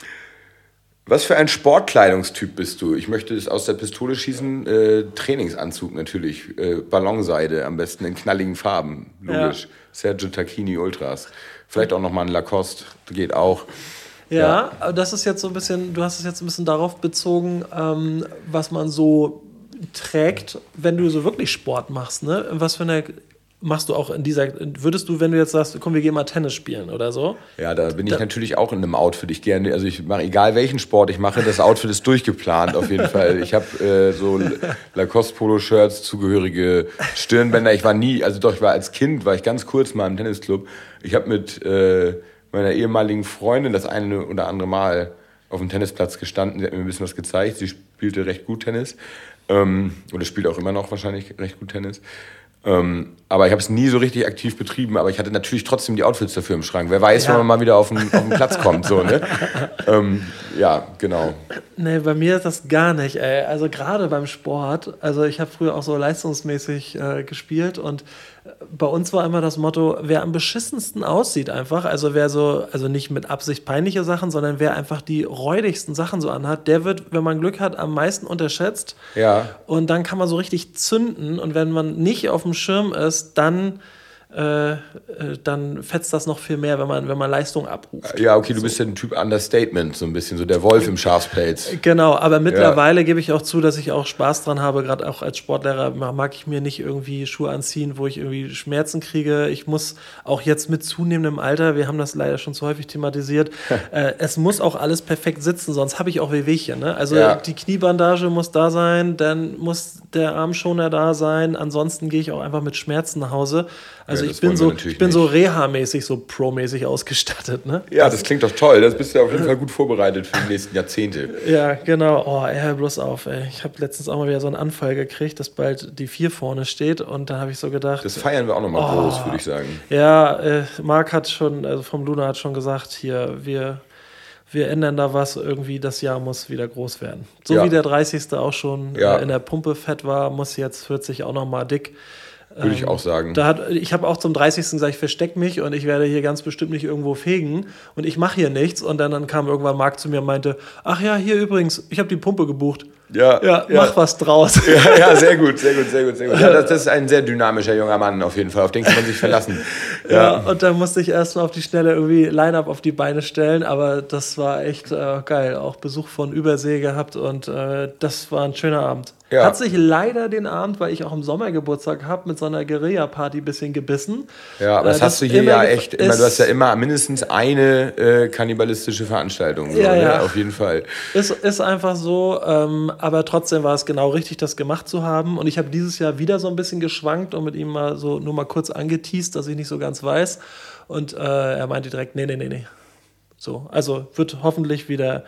Was für ein Sportkleidungstyp bist du? Ich möchte es aus der Pistole schießen. Äh, Trainingsanzug natürlich. Äh, Ballonseide am besten in knalligen Farben. Logisch. Ja. Sergio Tacchini Ultras. Vielleicht auch nochmal ein Lacoste. Geht auch. Ja, ja, aber das ist jetzt so ein bisschen, du hast es jetzt ein bisschen darauf bezogen, ähm, was man so trägt, wenn du so wirklich Sport machst. Ne? Was für eine... Machst du auch in dieser, würdest du, wenn du jetzt sagst, komm, wir gehen mal Tennis spielen oder so? Ja, da bin ich da, natürlich auch in einem Outfit. Ich gerne, also ich mache, egal welchen Sport ich mache, das Outfit ist durchgeplant auf jeden Fall. Ich habe äh, so Lacoste-Polo-Shirts, zugehörige Stirnbänder. Ich war nie, also doch, ich war als Kind, war ich ganz kurz mal im Tennisclub. Ich habe mit äh, meiner ehemaligen Freundin das eine oder andere Mal auf dem Tennisplatz gestanden. Sie hat mir ein bisschen was gezeigt. Sie spielte recht gut Tennis. Ähm, oder spielt auch immer noch wahrscheinlich recht gut Tennis. Ähm, aber ich habe es nie so richtig aktiv betrieben, aber ich hatte natürlich trotzdem die Outfits dafür im Schrank. Wer weiß, ja. wann man mal wieder auf den, auf den Platz kommt. So, ne? ähm, ja, genau. Nee, bei mir ist das gar nicht. Ey. Also gerade beim Sport, also ich habe früher auch so leistungsmäßig äh, gespielt und bei uns war immer das Motto, wer am beschissensten aussieht einfach, also wer so, also nicht mit Absicht peinliche Sachen, sondern wer einfach die räudigsten Sachen so anhat, der wird, wenn man Glück hat, am meisten unterschätzt. Ja. Und dann kann man so richtig zünden und wenn man nicht auf dem Schirm ist, dann Äh, äh, dann fetzt das noch viel mehr, wenn man, wenn man Leistung abruft. Ja, okay, du so. bist ja ein Typ Understatement, so ein bisschen, so der Wolf im Schafspelz. Genau, aber mittlerweile ja. gebe ich auch zu, dass ich auch Spaß dran habe, gerade auch als Sportlehrer mag ich mir nicht irgendwie Schuhe anziehen, wo ich irgendwie Schmerzen kriege. Ich muss auch jetzt mit zunehmendem Alter, wir haben das leider schon zu häufig thematisiert, äh, es muss auch alles perfekt sitzen, sonst habe ich auch Wehwehchen. Ne? Also ja. die Kniebandage muss da sein, dann muss der Armschoner da sein, ansonsten gehe ich auch einfach mit Schmerzen nach Hause. Also ja, ich bin so, ich bin so Reha-mäßig, so Pro-mäßig ausgestattet. Ne? Ja, das, das klingt doch toll. Das bist du auf jeden Fall gut vorbereitet für die nächsten Jahrzehnte. Ja, genau. Oh, ey, hör bloß auf. Ey. Ich habe letztens auch mal wieder so einen Anfall gekriegt, dass bald die vier vorne steht und da habe ich so gedacht... Das feiern wir auch nochmal oh, groß, würde ich sagen. Ja, äh, Marc hat schon, also vom Luna hat schon gesagt, hier, wir... Wir ändern da was, irgendwie das Jahr muss wieder groß werden. So ja. wie der dreißigste auch schon ja. äh, in der Pumpe fett war, muss jetzt vierzig auch noch mal dick. Würde ähm, ich auch sagen. Da hat, ich habe auch zum dreißigsten gesagt, ich verstecke mich und ich werde hier ganz bestimmt nicht irgendwo fegen und ich mache hier nichts. Und dann, dann kam irgendwann Marc zu mir und meinte, ach ja, hier übrigens, ich habe die Pumpe gebucht. Ja, ja, ja, mach was draus. Ja, ja, sehr gut, sehr gut, sehr gut, sehr gut. Ja, das, das ist ein sehr dynamischer junger Mann auf jeden Fall, auf den kann man sich verlassen. Ja, ja und dann musste ich erstmal auf die Schnelle irgendwie Line-Up auf die Beine stellen, aber das war echt äh, geil. Auch Besuch von Übersee gehabt und äh, das war ein schöner Abend. Ja. Hat sich leider den Abend, weil ich auch im Sommer Geburtstag habe, mit so einer Guerilla-Party ein bisschen gebissen. Ja, aber das, das hast du hier ja echt immer, du hast ja immer mindestens eine äh, kannibalistische Veranstaltung. So, ja, ja. Ne? Auf jeden Fall. Ist, ist einfach so, ähm, aber trotzdem war es genau richtig, das gemacht zu haben. Und ich habe dieses Jahr wieder so ein bisschen geschwankt und mit ihm mal so nur mal kurz angeteast, dass ich nicht so ganz weiß. Und äh, er meinte direkt, nee, nee, nee, nee. So, also wird hoffentlich wieder...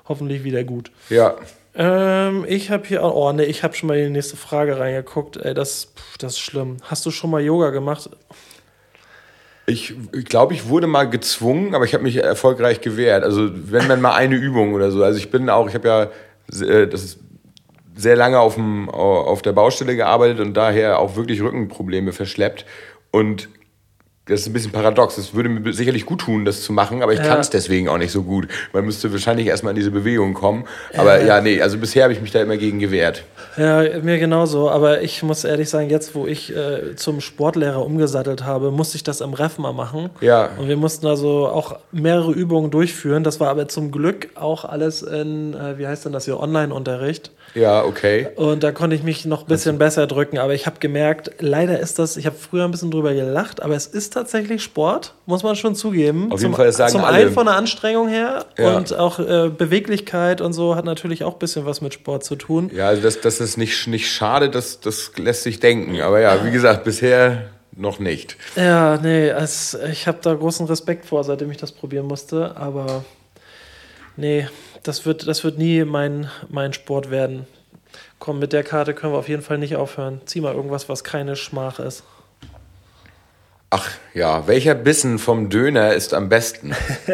hoffentlich wieder gut. Ja. Ähm, ich habe hier, oh ne, ich habe schon mal in die nächste Frage reingeguckt. Ey, das, das ist schlimm. Hast du schon mal Yoga gemacht? Ich glaube, ich, glaub, ich wurde mal gezwungen, aber ich habe mich erfolgreich gewehrt. Also wenn man mal eine Übung oder so. Also ich bin auch, ich habe ja äh, das ist sehr lange auf, dem, auf der Baustelle gearbeitet und daher auch wirklich Rückenprobleme verschleppt. Und das ist ein bisschen paradox. Es würde mir sicherlich gut tun, das zu machen, aber ich ja. kann es deswegen auch nicht so gut. Man müsste wahrscheinlich erstmal in diese Bewegung kommen. Aber ja, ja nee, also bisher habe ich mich da immer gegen gewehrt. Ja, mir genauso. Aber ich muss ehrlich sagen, jetzt, wo ich äh, zum Sportlehrer umgesattelt habe, musste ich das am Ref mal machen. Ja. Und wir mussten also auch mehrere Übungen durchführen. Das war aber zum Glück auch alles in, äh, wie heißt denn das hier, Online-Unterricht. Ja, okay. Und da konnte ich mich noch ein bisschen also. besser drücken. Aber ich habe gemerkt, leider ist das, ich habe früher ein bisschen drüber gelacht, aber es ist tatsächlich Sport, muss man schon zugeben. Auf jeden zum, Fall, das sagen Zum alle. einen von der Anstrengung her ja. und auch äh, Beweglichkeit und so hat natürlich auch ein bisschen was mit Sport zu tun. Ja, also das, das ist nicht, nicht schade, das, das lässt sich denken. Aber ja, wie gesagt, bisher noch nicht. Ja, nee, es, ich habe da großen Respekt vor, seitdem ich das probieren musste. Aber nee, das wird, das wird nie mein, mein Sport werden. Komm, mit der Karte können wir auf jeden Fall nicht aufhören. Zieh mal irgendwas, was keine Schmach ist. Ach ja, welcher Bissen vom Döner ist am besten?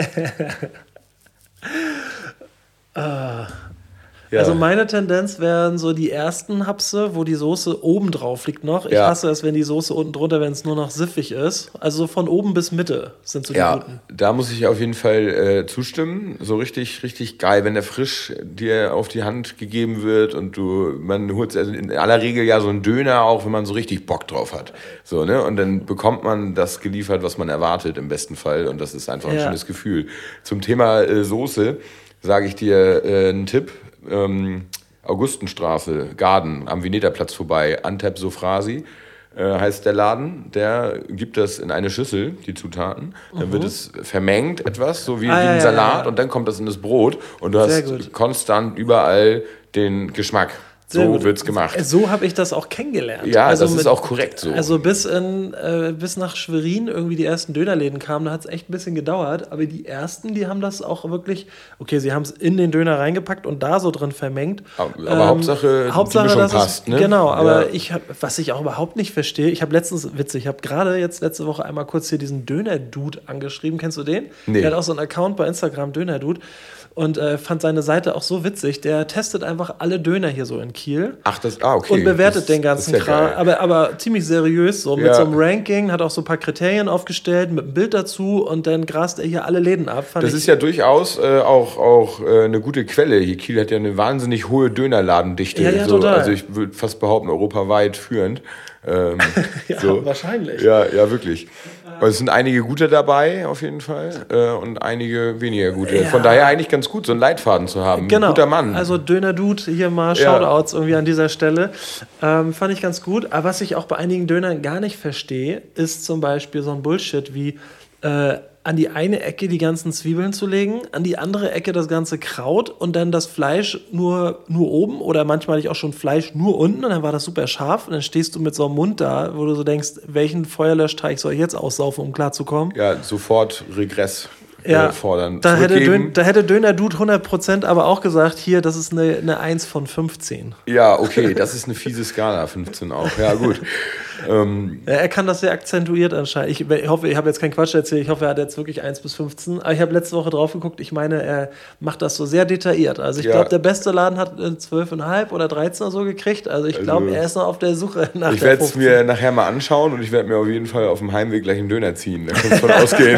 ah. Ja. Also meine Tendenz wären so die ersten Hapse, wo die Soße oben drauf liegt noch. Ich ja. hasse es, wenn die Soße unten drunter, wenn es nur noch siffig ist. Also so von oben bis Mitte sind so die ja, guten. Da muss ich auf jeden Fall äh, zustimmen. So richtig, richtig geil, wenn der frisch dir auf die Hand gegeben wird und du, man holt also in aller Regel ja so einen Döner auch, wenn man so richtig Bock drauf hat. So, ne? Und dann bekommt man das geliefert, was man erwartet im besten Fall. Und das ist einfach ein ja. schönes Gefühl. Zum Thema äh, Soße sage ich dir äh, einen Tipp. Ähm, Augustenstraße, Garden, am Veneterplatz vorbei, Antep Sofrasi äh, heißt der Laden. Der gibt das in eine Schüssel, die Zutaten. Dann mhm. wird es vermengt etwas, so wie, ah, wie ein ja, Salat. Ja, ja. Und dann kommt das in das Brot. Und du Sehr hast gut. konstant überall den Geschmack. Sehr so gut. wird's gemacht. So habe ich das auch kennengelernt. Ja, also das mit, ist auch korrekt so. Also bis, in, äh, bis nach Schwerin irgendwie die ersten Dönerläden kamen, da hat es echt ein bisschen gedauert. Aber die ersten, die haben das auch wirklich, okay, sie haben es in den Döner reingepackt und da so drin vermengt. Aber, aber ähm, Hauptsache, Hauptsache, die Mischung dass passt. Es, ne? Genau, aber ja. ich hab, was ich auch überhaupt nicht verstehe, ich habe letztens, witzig, ich habe gerade jetzt letzte Woche einmal kurz hier diesen Döner-Dude angeschrieben. Kennst du den? Nee. Der hat auch so einen Account bei Instagram, Döner-Dude. Und äh, fand seine Seite auch so witzig. Der testet einfach alle Döner hier so in Kiel. Ach, das, ah, okay. Und bewertet das, den ganzen ja Kram. Aber, aber ziemlich seriös, so mit ja. so einem Ranking, hat auch so ein paar Kriterien aufgestellt, mit einem Bild dazu und dann grast er hier alle Läden ab. Fand das ich ist ja durchaus äh, auch, auch äh, eine gute Quelle. Hier Kiel hat ja eine wahnsinnig hohe Dönerladendichte. Ja, ja, so, total. Also ich würde fast behaupten, europaweit führend. Ähm, ja, so. wahrscheinlich. Ja, ja, wirklich. Aber es sind einige gute dabei, auf jeden Fall, äh, und einige weniger gute. Ja. Von daher eigentlich ganz gut, so einen Leitfaden zu haben. Genau. Guter Mann. Also Döner-Dude, hier mal Ja. Shoutouts irgendwie an dieser Stelle. Ähm, fand ich ganz gut. Aber was ich auch bei einigen Dönern gar nicht verstehe, ist zum Beispiel so ein Bullshit wie äh, an die eine Ecke die ganzen Zwiebeln zu legen, an die andere Ecke das ganze Kraut und dann das Fleisch nur, nur oben oder manchmal hatte ich auch schon Fleisch nur unten und dann war das super scharf und dann stehst du mit so einem Mund da, wo du so denkst, welchen Feuerlöschteig soll ich jetzt aussaufen, um klarzukommen? Ja, sofort Regress. Ja, fordern. Da hätte, Dön, da hätte Döner-Dude hundert Prozent aber auch gesagt, hier, das ist eine, eine eins von fünfzehn. Ja, okay, das ist eine fiese Skala, fünfzehn auch. Ja, gut. ähm, ja, er kann das sehr akzentuiert anscheinend. Ich, ich hoffe, ich habe jetzt keinen Quatsch erzählt, ich hoffe, er hat jetzt wirklich eins bis fünfzehn. Aber ich habe letzte Woche drauf geguckt, ich meine, er macht das so sehr detailliert. Also ich ja. glaube, der beste Laden hat zwölf Komma fünf oder dreizehn oder so gekriegt. Also ich glaube, also, er ist noch auf der Suche nach ich der werde es mir nachher mal anschauen und ich werde mir auf jeden Fall auf dem Heimweg gleich einen Döner ziehen. Da kann es von ausgehen.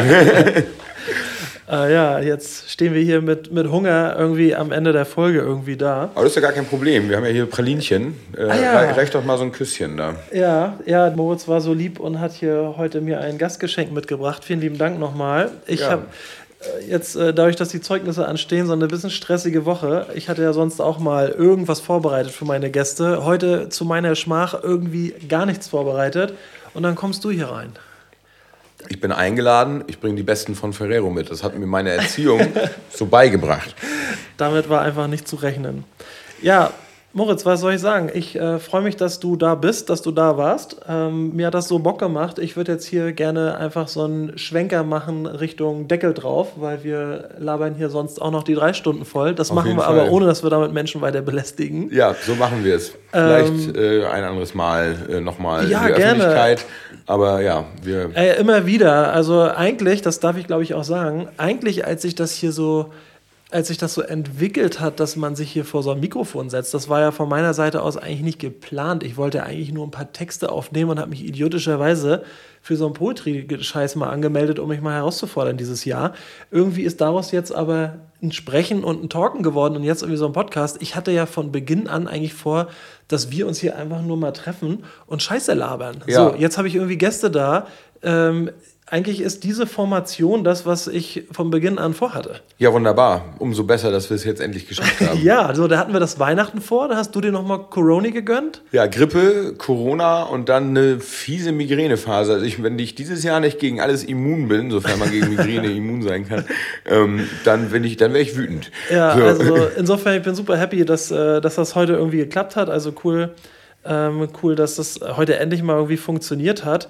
Äh, ja, jetzt stehen wir hier mit, mit Hunger irgendwie am Ende der Folge irgendwie da. Aber das ist ja gar kein Problem. Wir haben ja hier Pralinchen. Äh, ah, ja. Reicht doch mal so ein Küsschen da. Ja, ja, Moritz war so lieb und hat hier heute mir ein Gastgeschenk mitgebracht. Vielen lieben Dank nochmal. Ich ja. habe äh, jetzt, äh, dadurch, dass die Zeugnisse anstehen, so eine bisschen stressige Woche. Ich hatte ja sonst auch mal irgendwas vorbereitet für meine Gäste. Heute zu meiner Schmach irgendwie gar nichts vorbereitet. Und dann kommst du hier rein. Ich bin eingeladen, ich bringe die Besten von Ferrero mit. Das hat mir meine Erziehung so beigebracht. Damit war einfach nicht zu rechnen. Ja, Moritz, was soll ich sagen? Ich äh, freue mich, dass du da bist, dass du da warst. Ähm, mir hat das so Bock gemacht. Ich würde jetzt hier gerne einfach so einen Schwenker machen Richtung Deckel drauf, weil wir labern hier sonst auch noch die drei Stunden voll. Das Auf machen jeden wir Fall. aber, ohne dass wir damit Menschen weiter belästigen. Ja, so machen wir es. Vielleicht äh, ein anderes Mal äh, nochmal Ja, in die gerne. Öffentlichkeit. Aber ja, wir... Äh, immer wieder. Also eigentlich, das darf ich glaube ich auch sagen, eigentlich als ich das hier so... als sich das so entwickelt hat, dass man sich hier vor so ein Mikrofon setzt, das war ja von meiner Seite aus eigentlich nicht geplant. Ich wollte eigentlich nur ein paar Texte aufnehmen und habe mich idiotischerweise für so einen Poetry-Scheiß mal angemeldet, um mich mal herauszufordern dieses Jahr. Irgendwie ist daraus jetzt aber ein Sprechen und ein Talken geworden und jetzt irgendwie so ein Podcast. Ich hatte ja von Beginn an eigentlich vor, dass wir uns hier einfach nur mal treffen und Scheiße labern. Ja. So, jetzt habe ich irgendwie Gäste da. Ähm, Eigentlich ist diese Formation das, was ich von Beginn an vorhatte. Ja, wunderbar. Umso besser, dass wir es jetzt endlich geschafft haben. Ja, also da hatten wir das Weihnachten vor, da hast du dir nochmal Corona gegönnt. Ja, Grippe, Corona und dann eine fiese Migränephase. Also ich, wenn ich dieses Jahr nicht gegen alles immun bin, sofern man gegen Migräne immun sein kann, ähm, dann bin ich, dann wäre ich wütend. Ja, So. also insofern, ich bin super happy, dass, äh, dass das heute irgendwie geklappt hat. Also cool, ähm, cool, dass das heute endlich mal irgendwie funktioniert hat.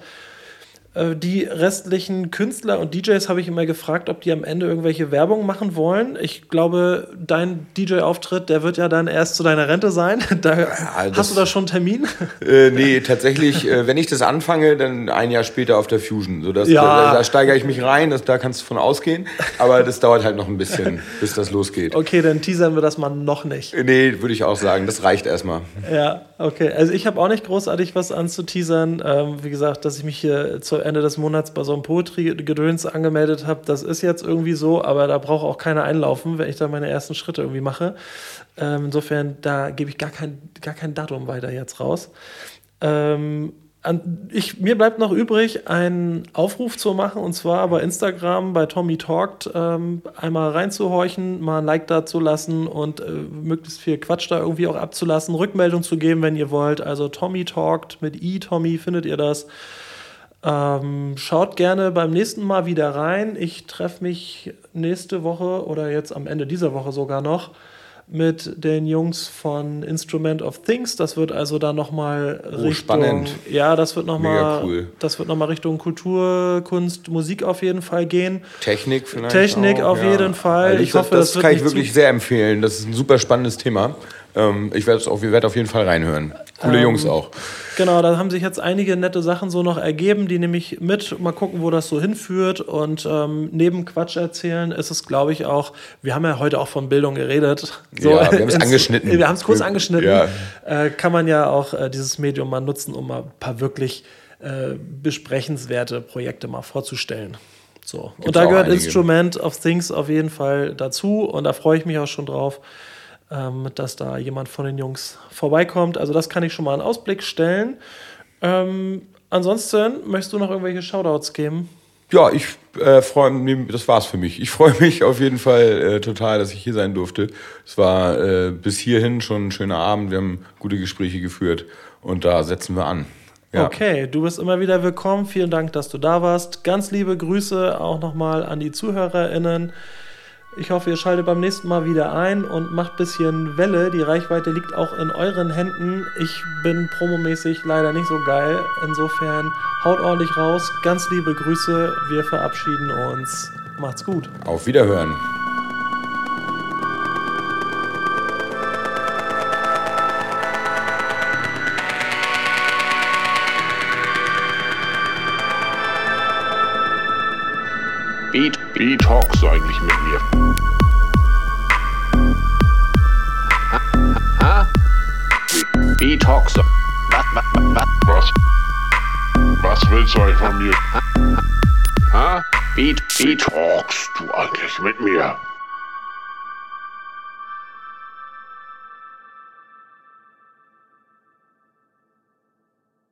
Die restlichen Künstler und D Js habe ich immer gefragt, ob die am Ende irgendwelche Werbung machen wollen. Ich glaube, dein D J-Auftritt, der wird ja dann erst zu deiner Rente sein. Da, Ja, hast du da schon einen Termin? Äh, nee, tatsächlich, äh, wenn ich das anfange, dann ein Jahr später auf der Fusion. So, das, Ja. da, da steigere ich mich rein, das, da kannst du von ausgehen. Aber das dauert halt noch ein bisschen, bis das losgeht. Okay, dann teasern wir das mal noch nicht. Nee, würde ich auch sagen, das reicht erstmal. Ja, okay. Also ich habe auch nicht großartig was anzuteasern. Ähm, wie gesagt, dass ich mich hier zu Ende des Monats bei so einem Poetry-Gedöns angemeldet habe, das ist jetzt irgendwie so, aber da braucht auch keiner einlaufen, wenn ich da meine ersten Schritte irgendwie mache. Ähm, insofern, da gebe ich gar kein, gar kein Datum weiter jetzt raus. Ähm, an, ich, mir bleibt noch übrig, einen Aufruf zu machen, und zwar bei Instagram, bei Tommy Talked, ähm, einmal reinzuhorchen, mal ein Like da zu lassen und äh, möglichst viel Quatsch da irgendwie auch abzulassen, Rückmeldung zu geben, wenn ihr wollt. Also Tommy Talked mit I, Tommy, findet ihr das. Ähm, schaut gerne beim nächsten Mal wieder rein. Ich treffe mich nächste Woche oder jetzt am Ende dieser Woche sogar noch mit den Jungs von Instrument of Things. Das wird also dann nochmal Oh, Richtung... spannend. Ja, das wird nochmal Mega cool. das wird noch mal Richtung Kultur, Kunst, Musik auf jeden Fall gehen. Technik vielleicht Technik auch, auf jeden Fall. Also Ich das, hoffe, das, das wird kann ich nicht wirklich zu- sehr empfehlen. Das ist ein super spannendes Thema. Ähm, ich werde auf, werd auf jeden Fall reinhören. Coole Ähm, Jungs auch. Genau, da haben sich jetzt einige nette Sachen so noch ergeben, die nehme ich mit. Mal gucken, wo das so hinführt. Und ähm, neben Quatsch erzählen ist es, glaube ich, auch, wir haben ja heute auch von Bildung geredet. So, Ja, wir haben es ins- angeschnitten. Wir haben es kurz angeschnitten. Ja. Äh, kann man ja auch äh, dieses Medium mal nutzen, um mal ein paar wirklich äh, besprechenswerte Projekte mal vorzustellen. So. Und da auch gehört einige. Instrument of Things auf jeden Fall dazu. Und da freue ich mich auch schon drauf, ähm, dass da jemand von den Jungs vorbeikommt. Also das kann ich schon mal einen Ausblick stellen. Ähm, ansonsten, möchtest du noch irgendwelche Shoutouts geben? Ja, ich äh, freue mich, das war's für mich. Ich freue mich auf jeden Fall äh, total, dass ich hier sein durfte. Es war äh, bis hierhin schon ein schöner Abend. Wir haben gute Gespräche geführt und da setzen wir an. Ja. Okay, du bist immer wieder willkommen. Vielen Dank, dass du da warst. Ganz liebe Grüße auch nochmal an die ZuhörerInnen. Ich hoffe, ihr schaltet beim nächsten Mal wieder ein und macht ein bisschen Welle. Die Reichweite liegt auch in euren Händen. Ich bin promomäßig leider nicht so geil. Insofern haut ordentlich raus. Ganz liebe Grüße. Wir verabschieden uns. Macht's gut. Auf Wiederhören. Wie, wie talkst du eigentlich mit mir? Ha? Ha? Wie, wie talkst du? Was, was, was, Was? Was willst du eigentlich von mir? ha? Wie, wie talkst du eigentlich mit mir?